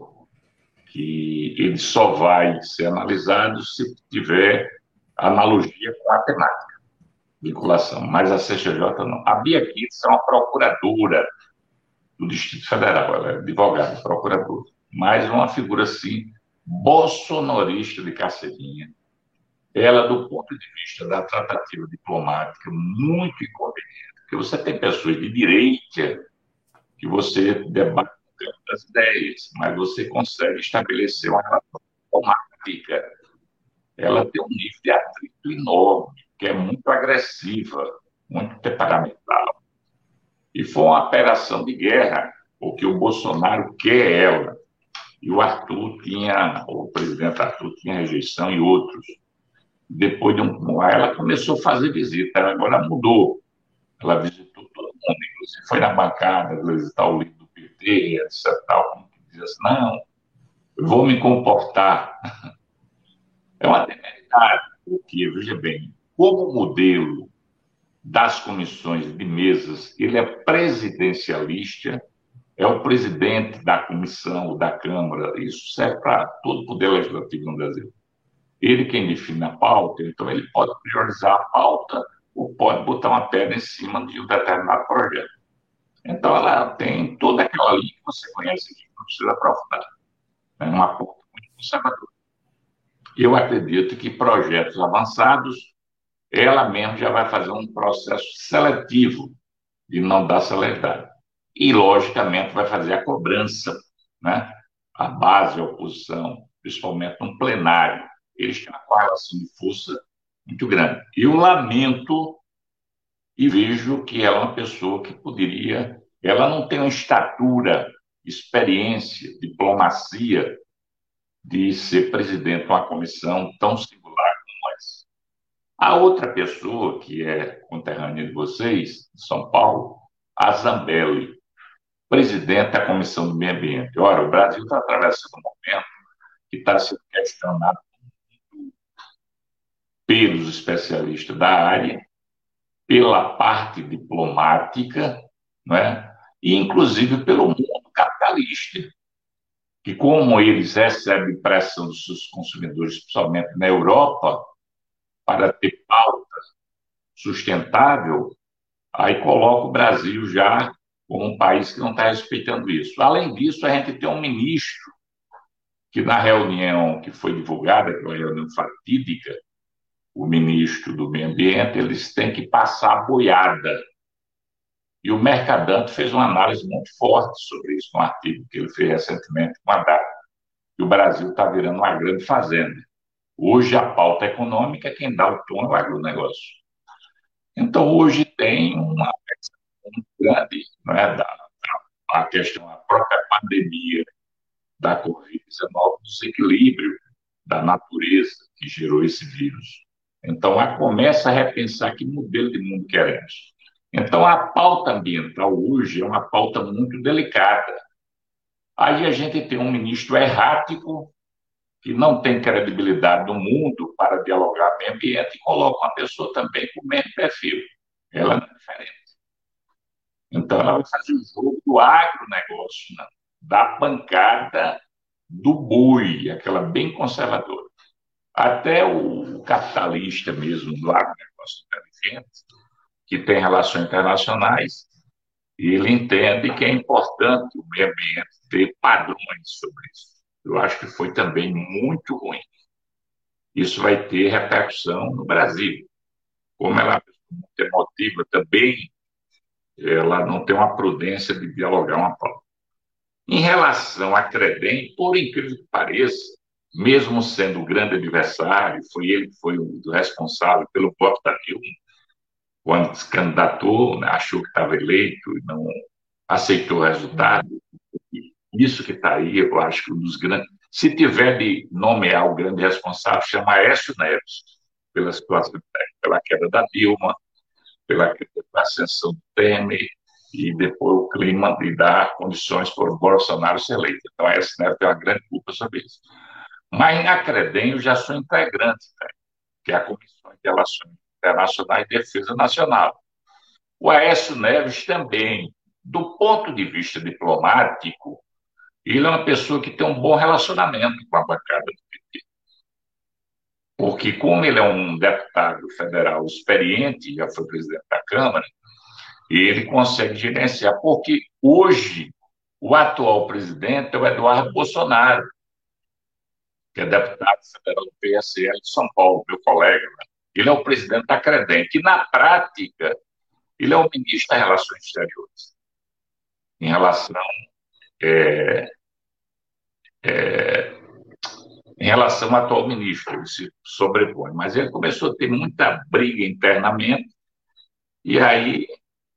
que ele só vai ser analisado se tiver analogia com a temática, vinculação. Mas a C C J não. A Bia Kicis é uma procuradora do Distrito Federal, ela é advogada, procuradora. Mais uma figura, assim, bolsonarista de carceirinha. Ela, do ponto de vista da tratativa diplomática, muito inconveniente. Porque você tem pessoas de direita que você debate no campo das ideias, mas você consegue estabelecer uma relação diplomática. Ela tem um nível de atrito enorme, que é muito agressiva, muito temperamental. E foi uma operação de guerra, porque o Bolsonaro quer ela. E o Arthur tinha, o presidente Arthur tinha rejeição e outros. Depois de um ano, ela começou a fazer visita, agora mudou. Ela visitou todo mundo, inclusive foi na bancada visitar o líder do P T, etcétera. Tal, como que diz assim, não, eu vou me comportar. É uma temeridade, porque, veja bem, como modelo das comissões de mesas, ele é presidencialista, é o presidente da comissão, da Câmara, isso serve para todo o poder legislativo no Brasil. Ele quem define a pauta, então ele pode priorizar a pauta ou pode botar uma pedra em cima de um determinado projeto. Então ela tem toda aquela linha que você conhece aqui, que não precisa aprofundar. É uma pauta muito conservadora. Eu acredito que projetos avançados, ela mesma já vai fazer um processo seletivo de não dar celeridade. E, logicamente, vai fazer a cobrança, né? A base, a oposição, principalmente no plenário. Eles têm uma correlação de força muito grande. Eu lamento e vejo que ela é uma pessoa que poderia... Ela não tem uma estatura, experiência, diplomacia de ser presidente de uma comissão tão singular como essa. A outra pessoa, que é conterrânea de vocês, de São Paulo, a Zambelli, presidente da Comissão do Meio Ambiente. Ora, o Brasil está atravessando um momento que está sendo questionado pelos especialistas da área, pela parte diplomática, não é? E, inclusive, pelo mundo capitalista, que, como eles recebem pressão dos seus consumidores, principalmente na Europa, para ter pauta sustentável, aí coloca o Brasil já como um país que não está respeitando isso. Além disso, a gente tem um ministro que, na reunião que foi divulgada, que é uma reunião fatídica, o ministro do Meio Ambiente, eles têm que passar a boiada. E o Mercadante fez uma análise muito forte sobre isso, num artigo que ele fez recentemente com a data. E o Brasil está virando uma grande fazenda. Hoje, a pauta econômica, quem dá o tom é o agronegócio. Então, hoje tem uma muito grande, não é, da, da, a questão, a própria pandemia da covid dezenove, do desequilíbrio da natureza que gerou esse vírus. Então, a começa a repensar que modelo de mundo queremos. Então, a pauta ambiental hoje é uma pauta muito delicada. Aí a gente tem um ministro errático, que não tem credibilidade no mundo para dialogar meio ambiente, e coloca uma pessoa também com o mesmo perfil. Ela não é diferente. Então, ela vai fazer o jogo do agronegócio, né? Da bancada do boi, aquela bem conservadora. até o capitalista mesmo, do agronegócio inteligente, que tem relações internacionais, e ele entende que é importante o meio ambiente ter padrões sobre isso. Eu acho que foi também muito ruim. Isso vai ter repercussão no Brasil. Como ela é muito emotiva também, ela não tem uma prudência de dialogar uma palavra. Em relação a Credem, por incrível que pareça, mesmo sendo o grande adversário, foi ele que foi o responsável pelo voto da Dilma, quando se candidatou, né, achou que estava eleito e não aceitou o resultado. Isso que está aí, eu acho que um dos grandes... Se tiver de nomear o grande responsável, chama Aécio Neves, pela situação, pela queda da Dilma, pela ascensão do Temer, e depois o clima de dar condições para o Bolsonaro ser eleito. Então, Aécio Neves tem uma grande culpa sobre isso. Mas na Credem eu já sou integrante, né, que é a Comissão de Relações Internacionais e Defesa Nacional. O Aécio Neves também, do ponto de vista diplomático, ele é uma pessoa que tem um bom relacionamento com a bancada do P T. Porque, como ele é um deputado federal experiente, já foi presidente da Câmara, ele consegue gerenciar. Porque hoje o atual presidente é o Eduardo Bolsonaro, que é deputado federal do P S L de São Paulo, meu colega. Ele é o presidente da Credem, que, na prática, ele é o ministro das Relações Exteriores, em relação, é, é, em relação ao atual ministro, ele se sobrepõe. Mas ele começou a ter muita briga internamente, e aí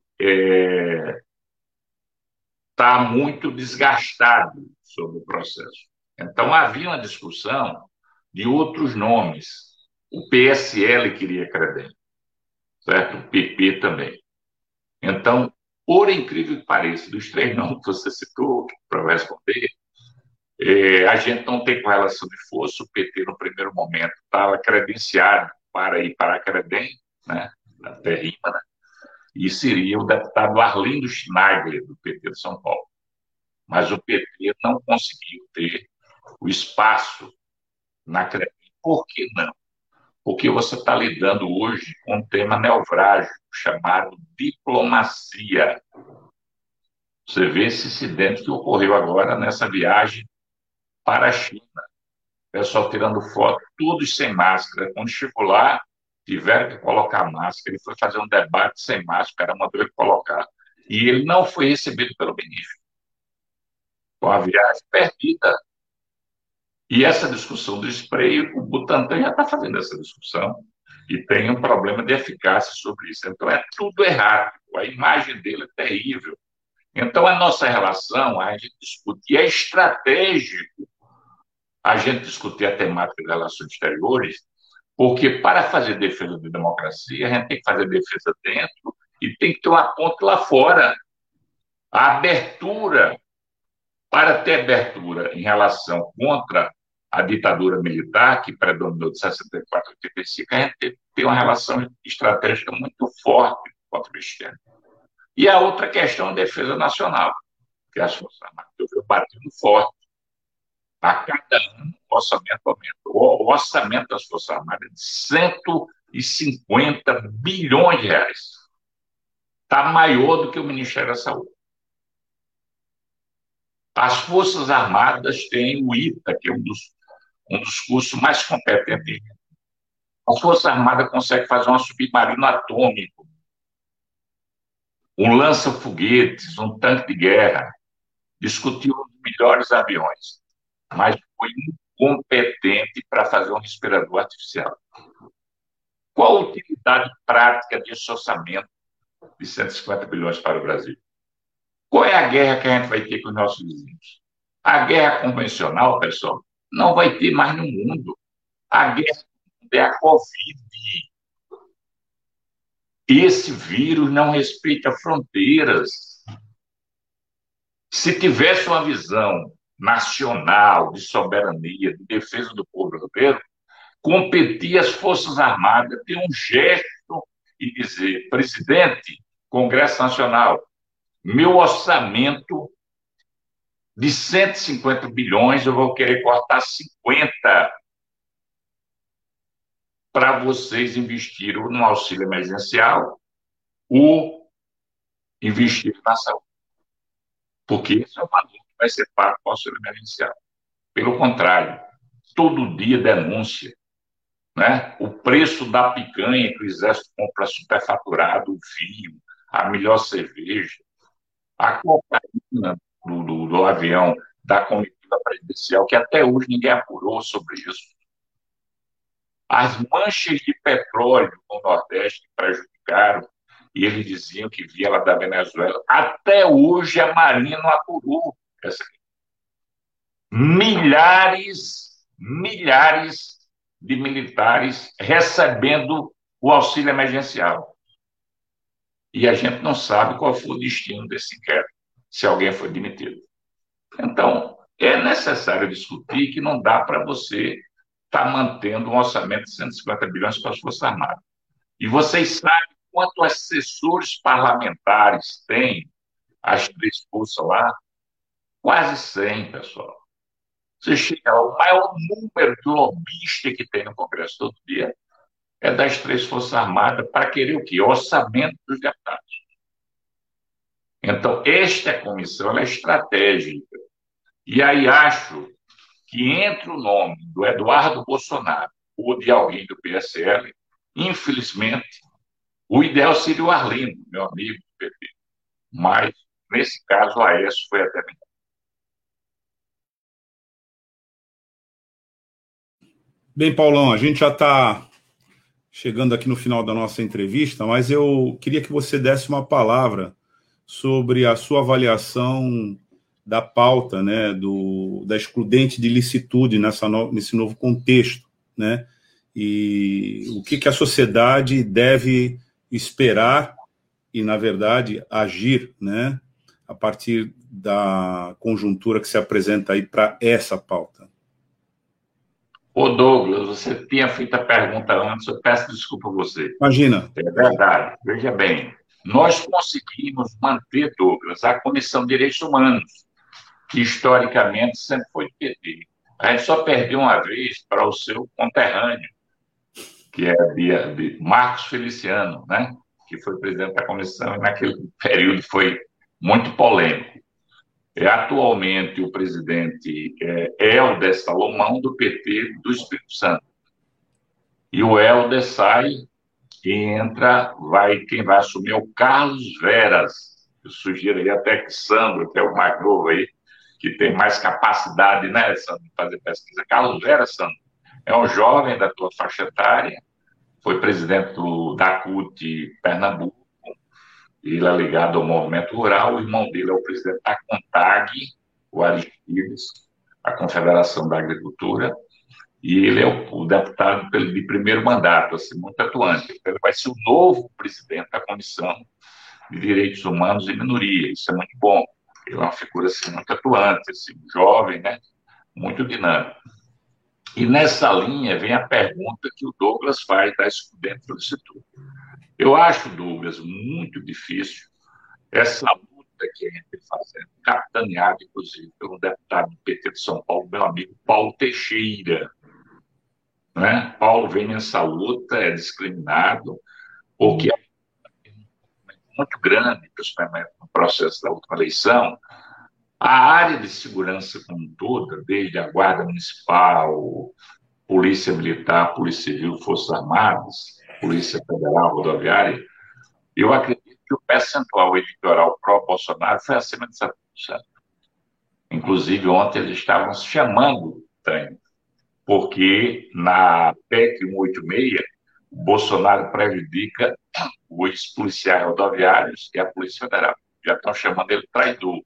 está é, muito desgastado sobre o processo. Então, havia uma discussão de outros nomes. O P S L queria Credem, certo? O P P também. Então, por incrível que pareça, dos três nomes que você citou, para responder, é, a gente não tem correlação de força. O P T, no primeiro momento, estava credenciado para ir para a Credem, né, até rima, né, e seria o deputado Arlindo Schneider, do P T de São Paulo. Mas o P T não conseguiu ter o espaço na Credem. Por que não? Porque você está lidando hoje com um tema nevrálgico chamado diplomacia. Você vê esse incidente que ocorreu agora nessa viagem para a China. O pessoal tirando foto, todos sem máscara. Quando chegou lá, tiveram que colocar máscara. Ele foi fazer um debate sem máscara, o cara mandou ele colocar. E ele não foi recebido pelo ministro. Com a viagem perdida. E essa discussão do spray, o Butantan já está fazendo essa discussão e tem um problema de eficácia sobre isso. Então, é tudo errado. A imagem dele é terrível. Então, a nossa relação, a gente discute, e é estratégico a gente discutir a temática de relações exteriores, porque para fazer defesa da democracia, a gente tem que fazer defesa dentro e tem que ter uma ponte lá fora. A abertura, para ter abertura em relação contra a ditadura militar, que predominou de sessenta e quatro a oitenta e cinco, a gente tem uma relação estratégica muito forte contra o externo. E a outra questão é a defesa nacional, que as Forças Armadas estão batendo forte. A cada ano, o orçamento aumenta. O orçamento das Forças Armadas é de cento e cinquenta bilhões de reais. Está maior do que o Ministério da Saúde. As Forças Armadas têm o ITA, que é um dos, um dos cursos mais competentes. As Forças Armadas conseguem fazer um submarino atômico, um lança-foguetes, um tanque de guerra, discutiu os melhores aviões, mas foi incompetente para fazer um respirador artificial. Qual a utilidade prática desse orçamento de cento e cinquenta bilhões para o Brasil? Qual é a guerra que a gente vai ter com os nossos vizinhos? A guerra convencional, pessoal, não vai ter mais no mundo. A guerra é a Covid. Esse vírus não respeita fronteiras. Se tivesse uma visão nacional, de soberania, de defesa do povo brasileiro, competir às Forças Armadas, ter um gesto e dizer: presidente, Congresso Nacional, meu orçamento de cento e cinquenta bilhões, eu vou querer cortar cinquenta. para vocês investirem no auxílio emergencial ou investir na saúde. Porque esse é o valor que vai ser pago para o auxílio emergencial. Pelo contrário, todo dia denúncia, né? O preço da picanha que o Exército compra superfaturado, o vinho, a melhor cerveja, a cocaína do, do, do avião da comitiva presidencial, que até hoje ninguém apurou sobre isso. As manchas de petróleo no Nordeste que prejudicaram, e eles diziam que via lá da Venezuela. Até hoje a Marinha não apurou essa questão. Milhares, milhares de militares recebendo o auxílio emergencial. E a gente não sabe qual foi o destino desse inquérito, se alguém foi demitido. Então, é necessário discutir que não dá para você estar tá mantendo um orçamento de cento e cinquenta bilhões para as Forças Armadas. E vocês sabem quantos assessores parlamentares têm as três forças lá? Quase cem, pessoal. Você chega lá, o maior número de lobistas que tem no Congresso todo dia é das três Forças Armadas para querer o quê? O orçamento dos deputados. Então, esta comissão ela é estratégica. E aí acho que entre o nome do Eduardo Bolsonaro ou de alguém do P S L, infelizmente, o ideal seria o Arlindo, meu amigo do P T. Mas, nesse caso, o Aécio foi até bem. Bem, Paulão, a gente já está chegando aqui no final da nossa entrevista, mas eu queria que você desse uma palavra sobre a sua avaliação da pauta, né, do, da excludente de licitude nessa no, nesse novo contexto, né, e o que, que a sociedade deve esperar e, na verdade, agir, né, a partir da conjuntura que se apresenta aí para essa pauta. Ô, Douglas, você tinha feito a pergunta antes, eu peço desculpa a você. Imagina. É verdade. Veja bem, nós conseguimos manter, Douglas, a Comissão de Direitos Humanos, que historicamente sempre foi do P T. A gente só perdeu uma vez para o seu conterrâneo, que é de, de Marcos Feliciano, né? Que foi presidente da comissão, e naquele período foi muito polêmico. É, atualmente, o presidente é Helder Salomão, do P T do Espírito Santo. E o Helder sai e entra, vai, quem vai assumir é o Carlos Veras. Eu sugiro aí até que Sandro, que é o mais novo aí, que tem mais capacidade, né, Sandro, de fazer pesquisa. Carlos Veras, Sandro, é um jovem da tua faixa etária, foi presidente do, da C U T Pernambuco, ele é ligado ao movimento rural, o irmão dele é o presidente da CONTAG, o Aristides, a Confederação da Agricultura, e ele é o, o deputado de primeiro mandato, assim, muito atuante. Então, ele vai ser o novo presidente da Comissão de Direitos Humanos e Minorias, isso é muito bom. Ele é uma figura assim, muito atuante, assim, jovem, né? Muito dinâmico. E nessa linha vem a pergunta que o Douglas faz da excludente de licitude. Eu acho, Douglas, muito difícil essa luta que a gente está fazendo, capitaneada, inclusive, pelo deputado do P T de São Paulo, meu amigo Paulo Teixeira. Né? Paulo vem nessa luta, é discriminado, porque é muito grande, principalmente no processo da última eleição. A área de segurança como toda, desde a Guarda Municipal, Polícia Militar, Polícia Civil, Forças Armadas, Polícia Federal, Rodoviária, eu acredito que o percentual eleitoral pró-Bolsonaro foi acima de setenta por cento. Inclusive, ontem eles estavam se chamando, Tânia, porque na P E C cento e oitenta e seis, o Bolsonaro prejudica os policiais rodoviários e a Polícia Federal. Já estão chamando ele traidor.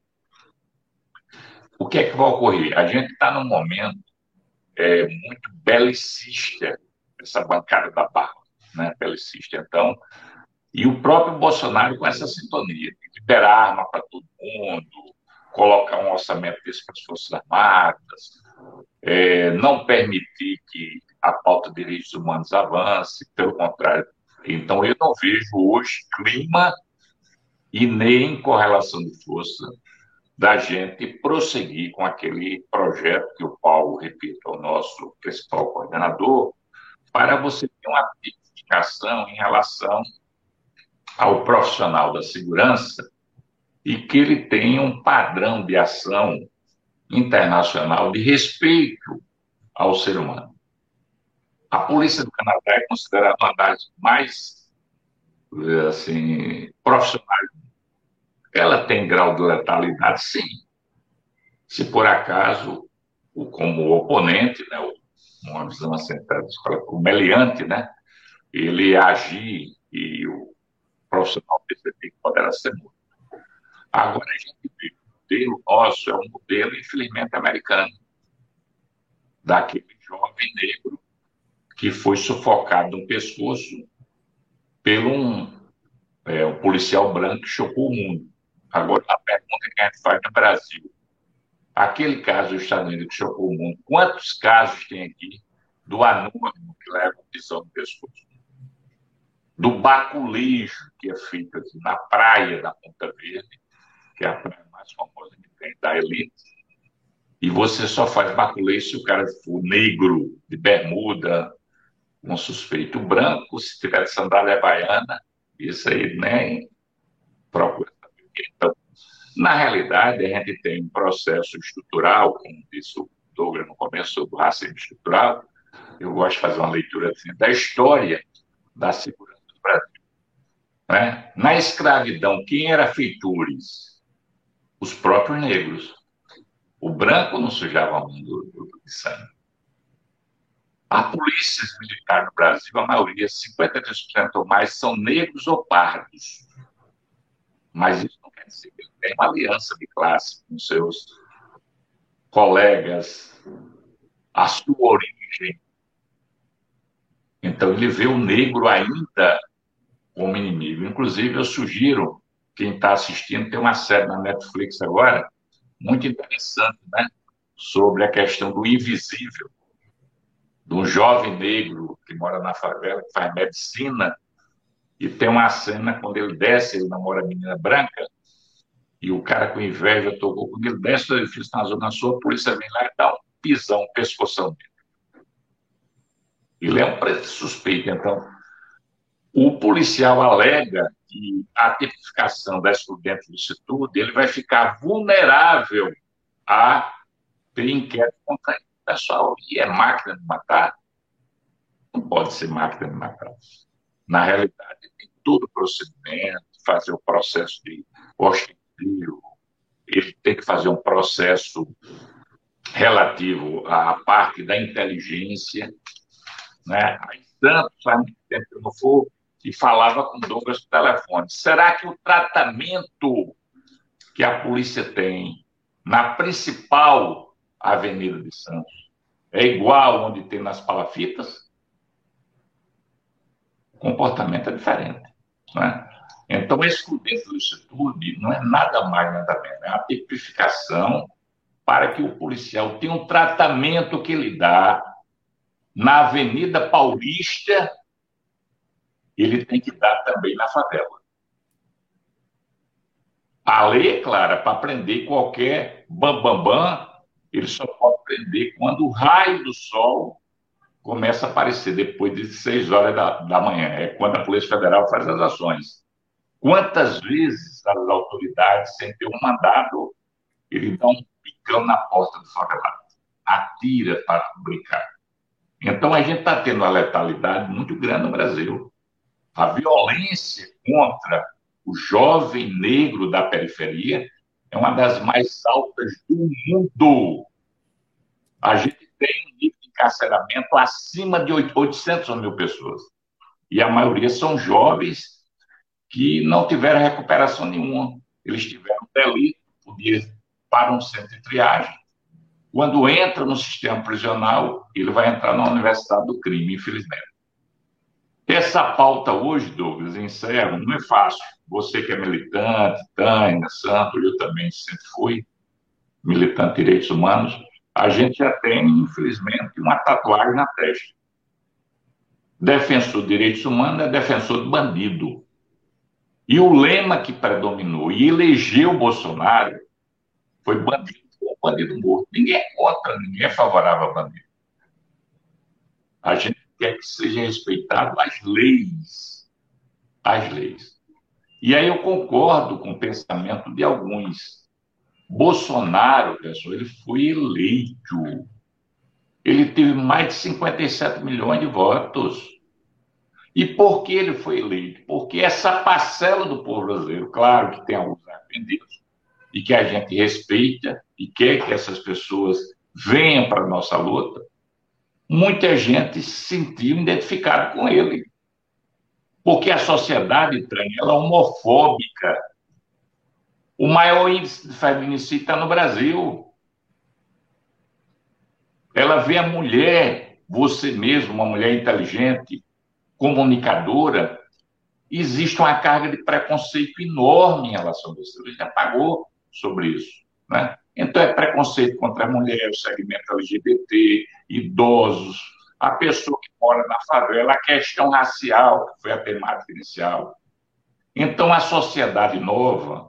O que é que vai ocorrer? A gente está num momento é, muito belicista, essa bancada da barra, né? Belicista. Então, e o próprio Bolsonaro com essa sintonia, de liberar arma para todo mundo, colocar um orçamento desse para as Forças Armadas, é, não permitir que a pauta de direitos humanos avance, pelo contrário. Então, eu não vejo hoje clima e nem correlação de força da gente prosseguir com aquele projeto que o Paulo, repito, é o nosso principal coordenador, para você ter uma tipificação em relação ao profissional da segurança e que ele tenha um padrão de ação internacional de respeito ao ser humano. A polícia do Canadá é considerada uma das mais assim, profissionais. Ela tem grau de letalidade, sim. Se por acaso, o, como o oponente, né, o, uma visão assim, o meliante, né, ele agir e o profissional perceber que poderá ser morto. Agora a gente vê que o modelo nosso é um modelo, infelizmente, americano, daquele jovem negro que foi sufocado no pescoço pelo um, é, um policial branco que chocou o mundo. Agora, a pergunta que a gente faz no Brasil, aquele caso dos Estados Unidos que chocou o mundo, quantos casos tem aqui do anônimo que leva a prisão no pescoço? Do baculejo que é feito aqui na praia da Ponta Verde, que é a praia mais famosa que tem, da elite, e você só faz baculejo se o cara for negro, de bermuda, um suspeito branco, se tiver de sandália havaiana, isso aí nem procura saber o que. Então, na realidade, a gente tem um processo estrutural, como disse o Douglas no começo, do racismo estrutural. Eu gosto de fazer uma leitura assim, da história da segurança do Brasil. Né? Na escravidão, quem era feitores? Os próprios negros. O branco não sujava a mão do, do, de sangue. A polícia militar no Brasil, a maioria, cinquenta e três por cento ou mais, são negros ou pardos. Mas isso não quer dizer que ele tem uma aliança de classe com seus colegas, a sua origem. Então, ele vê o negro ainda como inimigo. Inclusive, eu sugiro, quem está assistindo, tem uma série na Netflix agora, muito interessante, né? Sobre a questão do invisível, de um jovem negro que mora na favela, que faz medicina, e tem uma cena quando ele desce, ele namora a menina branca, e o cara com inveja tocou, quando ele desce do edifício na Zona Sul, a polícia vem lá e dá um pisão, um pescoção dele. Ele é um preto suspeito, então. O policial alega que a tipificação da excludente do licitude, ele vai ficar vulnerável a ter inquérito contra ele. Pessoal, e é máquina de matar? Não pode ser máquina de matar. Na realidade, tem todo o procedimento, fazer o processo de hostilio, ele tem que fazer um processo relativo à parte da inteligência, né? Aí, tanto, faz muito tempo que eu não for, e falava com o Douglas no telefone. Será que o tratamento que a polícia tem na principal Avenida de Santos é igual onde tem nas palafitas? O comportamento é diferente, né? Então, excludente do licitude não é nada mais, nada menos. É uma tipificação para que o policial tenha um tratamento que ele dá na Avenida Paulista, ele tem que dar também na favela. A lei é clara, para prender qualquer bambambam, bam, bam, ele só pode prender quando o raio do sol começa a aparecer, depois de seis horas da, da manhã. É quando a Polícia Federal faz as ações. Quantas vezes as autoridades, sem ter um mandado, ele dá um picão na porta do favelado, atira para brincar. Então, a gente está tendo uma letalidade muito grande no Brasil. A violência contra o jovem negro da periferia é uma das mais altas do mundo. A gente tem um nível de encarceramento acima de oitocentas mil pessoas. E a maioria são jovens que não tiveram recuperação nenhuma. Eles tiveram delito, podia para um centro de triagem. Quando entra no sistema prisional, ele vai entrar na universidade do crime, infelizmente. Essa pauta hoje, Douglas, encerro, não é fácil. Você que é militante, Tânia, Santos, eu também sempre fui militante de direitos humanos, a gente já tem, infelizmente, uma tatuagem na testa. Defensor de direitos humanos é defensor de bandido. E o lema que predominou e elegeu o Bolsonaro foi bandido, bandido morto. Ninguém é contra, ninguém é favorável a bandido. A gente quer que seja respeitado as leis. As leis. E aí eu concordo com o pensamento de alguns. Bolsonaro, pessoal, ele foi eleito. Ele teve mais de cinquenta e sete milhões de votos. E por que ele foi eleito? Porque essa parcela do povo brasileiro, claro que tem alguns arrependidos, e que a gente respeita e quer que essas pessoas venham para a nossa luta, muita gente se sentiu identificado com ele. Porque a sociedade, ela é homofóbica. O maior índice de feminicídio está no Brasil. Ela vê a mulher, você mesmo, uma mulher inteligente, comunicadora, existe uma carga de preconceito enorme em relação a você. Ele já pagou sobre isso, né? Então, é preconceito contra a mulher, o segmento L G B T, idosos, a pessoa que mora na favela, a questão racial, que foi a temática inicial. Então, a sociedade nova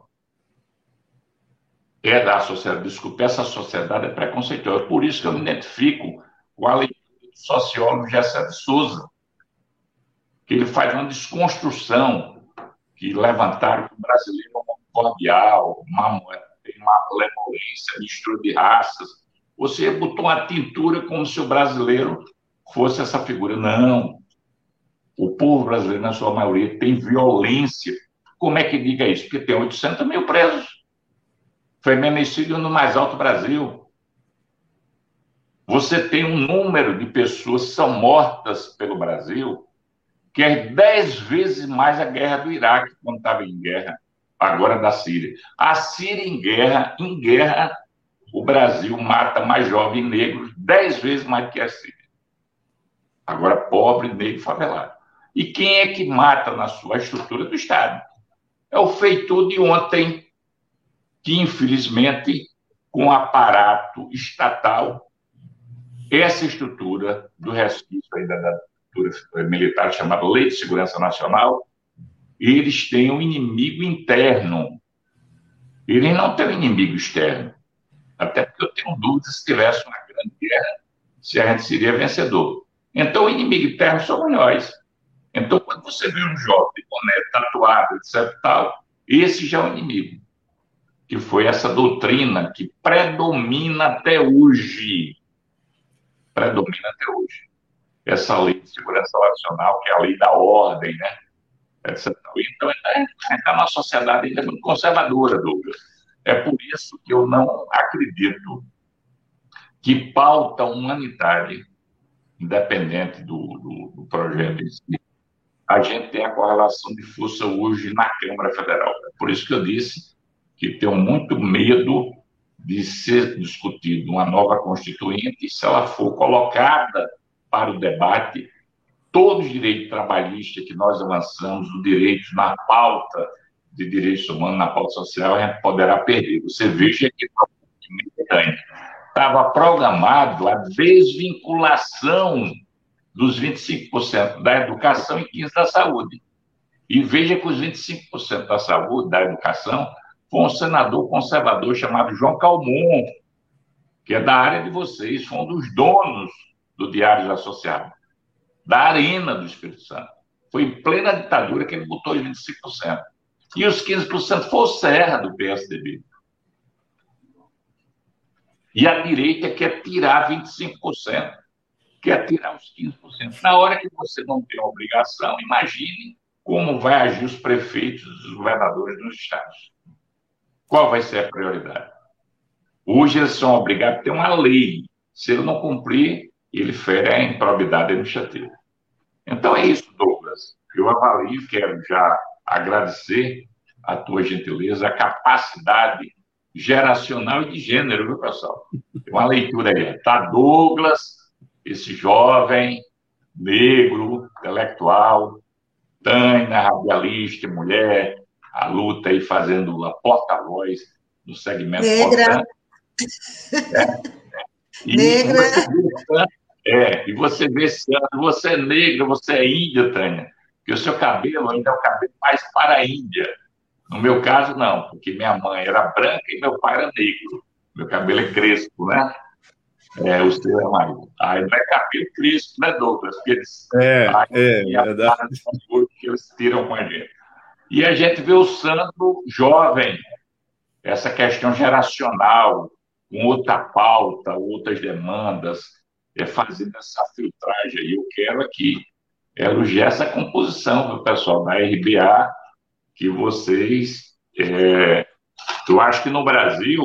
é da sociedade, desculpe, essa sociedade é preconceituosa. Por isso que eu me identifico com a leitura do sociólogo Gessé de Souza, que ele faz uma desconstrução, que levantaram que o brasileiro é um cordial, uma, tem uma malemolência, mistura de raças. Você botou uma tintura como se o brasileiro fosse essa figura. Não. O povo brasileiro, na sua maioria, tem violência. Como é que diga isso? Porque tem oitocentos mil presos. Feminicídio no mais alto Brasil. Você tem um número de pessoas que são mortas pelo Brasil que é dez vezes mais a guerra do Iraque, quando estava em guerra, agora da Síria. A Síria em guerra, em guerra, o Brasil mata mais jovens negros dez vezes mais que a Síria. Agora, pobre, negro, favelado. E quem é que mata na sua estrutura do Estado? É o feitor de ontem, que, infelizmente, com o aparato estatal, essa estrutura do resquício ainda da estrutura militar chamada Lei de Segurança Nacional, eles têm um inimigo interno. Eles não têm um inimigo externo. Até porque eu tenho dúvidas se tivesse uma grande guerra, se a gente seria vencedor. Então, o inimigo interno somos nós. Então, quando você vê um jovem de boné, tatuado, etcétera, tal, esse já é o inimigo. Que foi essa doutrina que predomina até hoje. Predomina até hoje. Essa lei de segurança nacional, que é a lei da ordem, né? etcétera. Então, a gente está numa sociedade ainda muito conservadora, Douglas. É por isso que eu não acredito que pauta humanitária, independente do, do, do projeto em si, a gente tem a correlação de força hoje na Câmara Federal. É por isso que eu disse que tenho muito medo de ser discutido uma nova Constituinte, e se ela for colocada para o debate, todos os direitos trabalhistas que nós avançamos, os direitos na pauta de direitos humanos, na pauta social, a gente poderá perder. Você veja que estava programado a desvinculação dos vinte e cinco por cento da educação e quinze por cento da saúde. E veja que os vinte e cinco por cento da saúde, da educação, foi um senador conservador chamado João Calmon, que é da área de vocês, foi um dos donos do Diário Associado, da Arena do Espírito Santo. Foi em plena ditadura que ele botou os vinte e cinco por cento. E os quinze por cento foi o Serra, do P S D B. E a direita quer tirar vinte e cinco por cento, quer tirar os quinze por cento. Na hora que você não tem a obrigação, imagine como vai agir os prefeitos e os governadores dos estados. Qual vai ser a prioridade? Hoje eles são obrigados a ter uma lei. Se ele não cumprir, ele fere a improbidade administrativa. Então é isso, Douglas. Eu avalio, quero já agradecer a tua gentileza, a capacidade geracional e de gênero, viu, pessoal? Tem uma leitura aí. Tá Douglas, esse jovem, negro, intelectual, Tânia, radialista, mulher, a luta aí fazendo a porta-voz do segmento negra. É. E negra. Você, é, e você vê, você é negra, você é índia, Tânia, porque o seu cabelo ainda é o cabelo mais para a Índia. No meu caso, não, porque minha mãe era branca e meu pai era negro. Meu cabelo é crespo, né? É, o seu é mais. Aí não é cabelo Cristo, né, Douglas? Porque eles, É, aí, é, verdade. que eles tiram com a gente. E a gente vê o Sandro jovem, essa questão geracional, com outra pauta, outras demandas, é, fazendo essa filtragem aí. Eu quero aqui elogiar essa composição do pessoal da R B A, que vocês. É, eu acho que no Brasil,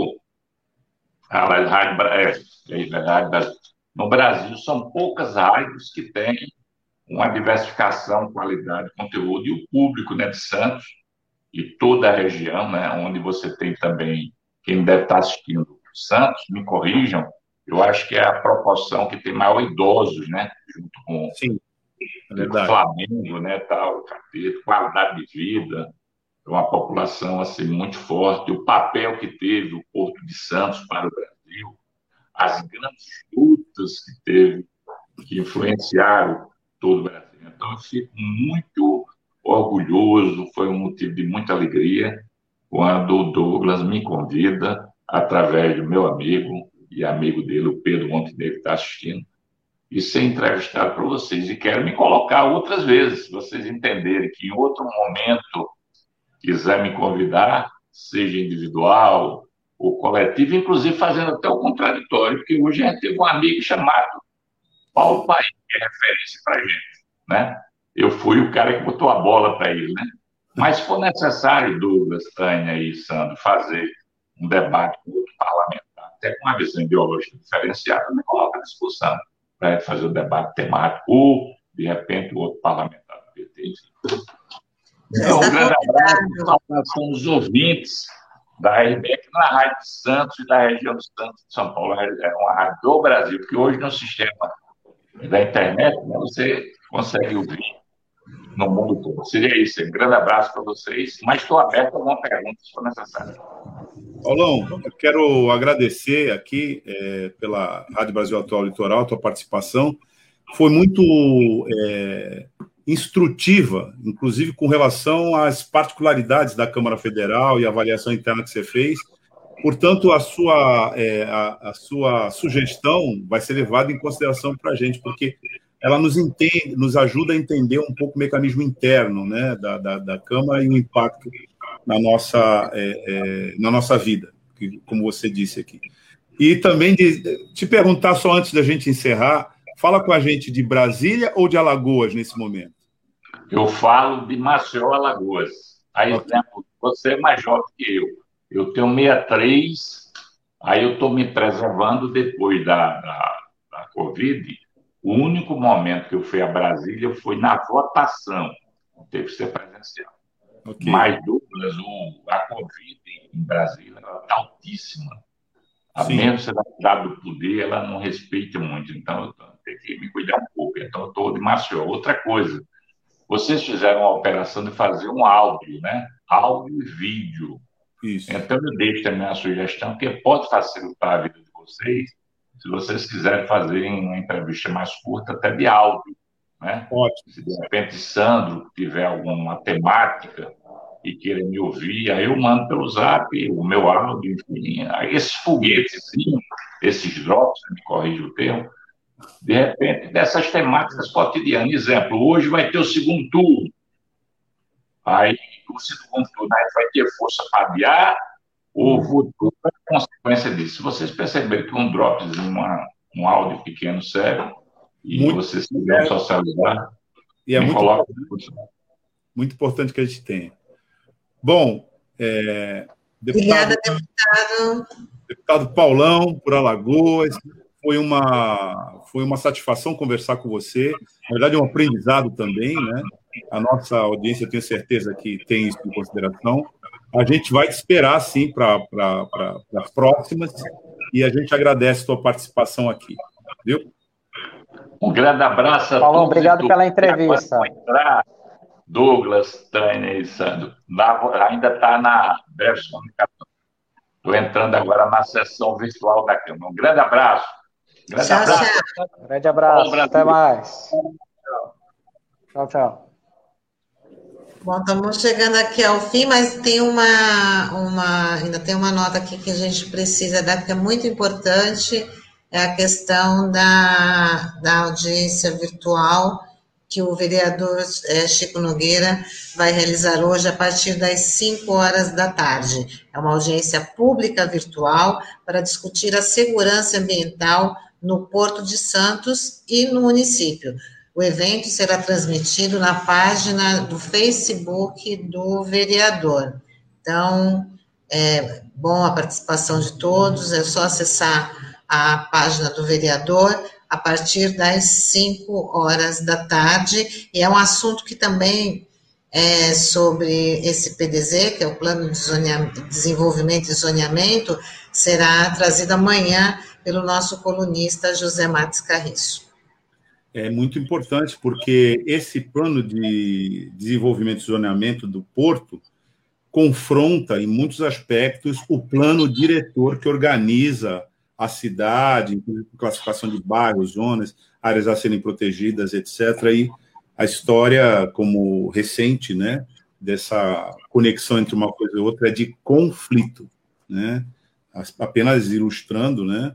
a rádio, é, é, no Brasil são poucas rádios que têm uma diversificação, qualidade, conteúdo, e o público, né, de Santos e toda a região, né, onde você tem também, quem deve estar assistindo Santos, me corrijam, eu acho que é a proporção que tem maior idosos, né, junto com Sim, é o Flamengo, né, tal, qualidade de vida, uma população assim muito forte, o papel que teve o Porto de Santos para o Brasil, as grandes lutas que teve, que influenciaram todo o Brasil. Então, eu fico muito orgulhoso, foi um motivo de muita alegria quando o Douglas me convida, através do meu amigo e amigo dele, o Pedro Montenegro, que está assistindo, e ser entrevistado por vocês. E quero me colocar outras vezes, se vocês entenderem que em outro momento quiser me convidar, seja individual ou coletivo, inclusive fazendo até o contraditório, porque hoje a gente teve um amigo chamado Paulo Paim, que é referência para a gente, né? Eu fui o cara que botou a bola para ele, né? Mas se for necessário, Douglas, Tânia e Sandro, fazer um debate com outro parlamentar, até com uma visão ideológica diferenciada, me coloca à discussão para fazer o debate temático, ou, de repente, o outro parlamentar do P T, enfim. Então, um grande abraço, saudação dos ouvintes da R B A, na Rádio de Santos e da região do Santos de São Paulo. É uma rádio do Brasil, porque hoje no sistema da internet, né, você consegue ouvir no mundo todo. Seria isso. Um grande abraço para vocês, mas estou aberto a alguma pergunta, se for necessário. Paulão, eu quero agradecer aqui é, pela Rádio Brasil Atual Litoral, a tua participação. Foi muito é, instrutiva, inclusive com relação às particularidades da Câmara Federal e a avaliação interna que você fez. Portanto, a sua, é, a, a sua sugestão vai ser levada em consideração para a gente, porque ela nos, entende, nos ajuda a entender um pouco o mecanismo interno, né, da, da, da Câmara e o impacto na nossa, é, é, na nossa vida, que, como você disse aqui. E também de, te perguntar, só antes da gente encerrar, fala com a gente de Brasília ou de Alagoas nesse momento? Eu falo de Maceió, Alagoas. Aí, okay. Exemplo, você é mais jovem que eu. Eu tenho sessenta e três, aí eu estou me preservando depois da, da, da Covid. O único momento que eu fui a Brasília foi na votação. Teve que ser presencial. Okay. Mas, Douglas, o, a Covid em Brasília está altíssima. A mesma cidade do poder, ela não respeita muito. Então, eu tenho que me cuidar um pouco. Então, eu estou de Maceió. Outra coisa, vocês fizeram uma operação de fazer um áudio, né? Áudio e vídeo. Isso. Então, eu deixo também a sugestão, que pode facilitar a vida de vocês, se vocês quiserem fazer uma entrevista mais curta, até de áudio, né? Ótimo. Se de repente Sandro tiver alguma temática e queira me ouvir, aí eu mando pelo zap o meu áudio, enfim. Aí esses foguetes, assim, esses drops, me corrija o termo, de repente, dessas temáticas cotidianas. Exemplo, hoje vai ter o segundo turno. Aí, o segundo turno aí vai ter força para adiar ou votou a consequência disso. Se vocês perceberem que um dropzinho, uma, um áudio pequeno serve, e muito, vocês quiserem é, socializar, e é muito importante, muito importante que a gente tenha. Bom, é, deputado, obrigada, deputado. Deputado Paulão, por Alagoas, foi uma, foi uma satisfação conversar com você, na verdade é um aprendizado também, né? A nossa audiência, eu tenho certeza que tem isso em consideração. A gente vai te esperar, sim, para pra, pra, as próximas, e a gente agradece a tua participação aqui, viu? Um grande abraço a Paulão, todos. Obrigado pela entrevista. Entrar, Douglas, Tânia e Sandro, ainda está na versão. Estou entrando agora na sessão virtual da Câmara. Um grande abraço. Grande tchau, abraço. Tchau. Grande abraço. Até mais. Tchau, tchau. Bom, estamos chegando aqui ao fim, mas tem uma, uma, ainda tem uma nota aqui que a gente precisa dar, que é muito importante. é a questão da, da audiência virtual que o vereador é, Chico Nogueira vai realizar hoje a partir das cinco horas da tarde. É uma audiência pública virtual para discutir a segurança ambiental no Porto de Santos e no município. O evento será transmitido na página do Facebook do vereador. Então, é bom a participação de todos, é só acessar a página do vereador a partir das cinco horas da tarde, e é um assunto que também é sobre esse P D Z, que é o Plano de Zoneamento, Desenvolvimento e Zoneamento, será trazido amanhã pelo nosso colunista José Marques Carriço. É muito importante, porque esse Plano de Desenvolvimento e Zoneamento do Porto confronta, em muitos aspectos, o plano diretor que organiza a cidade, inclusive classificação de bairros, zonas, áreas a serem protegidas, etcétera. E a história, como recente, né, dessa conexão entre uma coisa e outra é de conflito, né? Apenas ilustrando, né,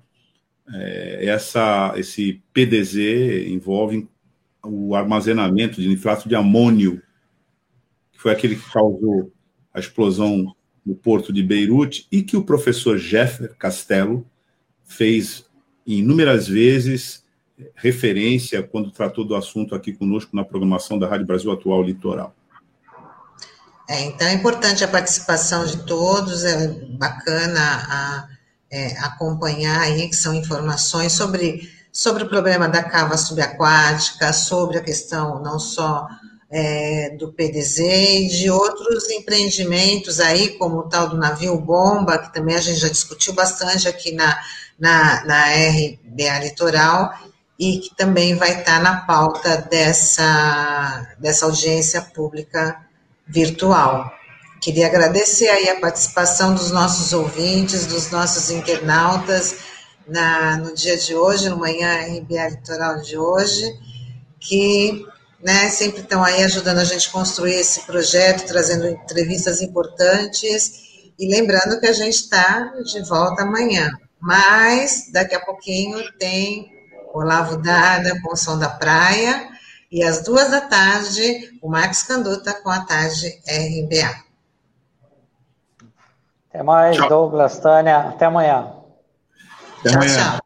essa, esse P D Z envolve o armazenamento de nitrato de amônio, que foi aquele que causou a explosão no porto de Beirute e que o professor Jeffer Castello fez inúmeras vezes referência quando tratou do assunto aqui conosco na programação da Rádio Brasil Atual Litoral. É, então é importante a participação de todos, é bacana a, é, acompanhar aí, que são informações sobre, sobre o problema da cava subaquática, sobre a questão não só é, do P D Z e de outros empreendimentos aí, como o tal do navio bomba, que também a gente já discutiu bastante aqui na Na, na R B A Litoral, e que também vai estar na pauta dessa, dessa audiência pública virtual. Queria agradecer aí a participação dos nossos ouvintes, dos nossos internautas na, no dia de hoje, no Manhã R B A Litoral de hoje, que, né, sempre estão aí ajudando a gente a construir esse projeto, trazendo entrevistas importantes, e lembrando que a gente está de volta amanhã. Mas, daqui a pouquinho, tem Olavo Dada com o Som da Praia, e às duas da tarde, o Marcos Canduta com a Tarde R B A. Até mais, tchau. Douglas, Tânia. Até amanhã. Até tchau, amanhã. tchau.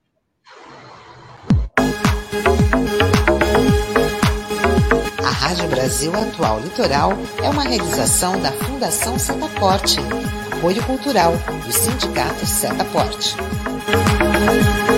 A Rádio Brasil Atual Litoral é uma realização da Fundação Setaporte, apoio cultural do Sindicato Setaporte.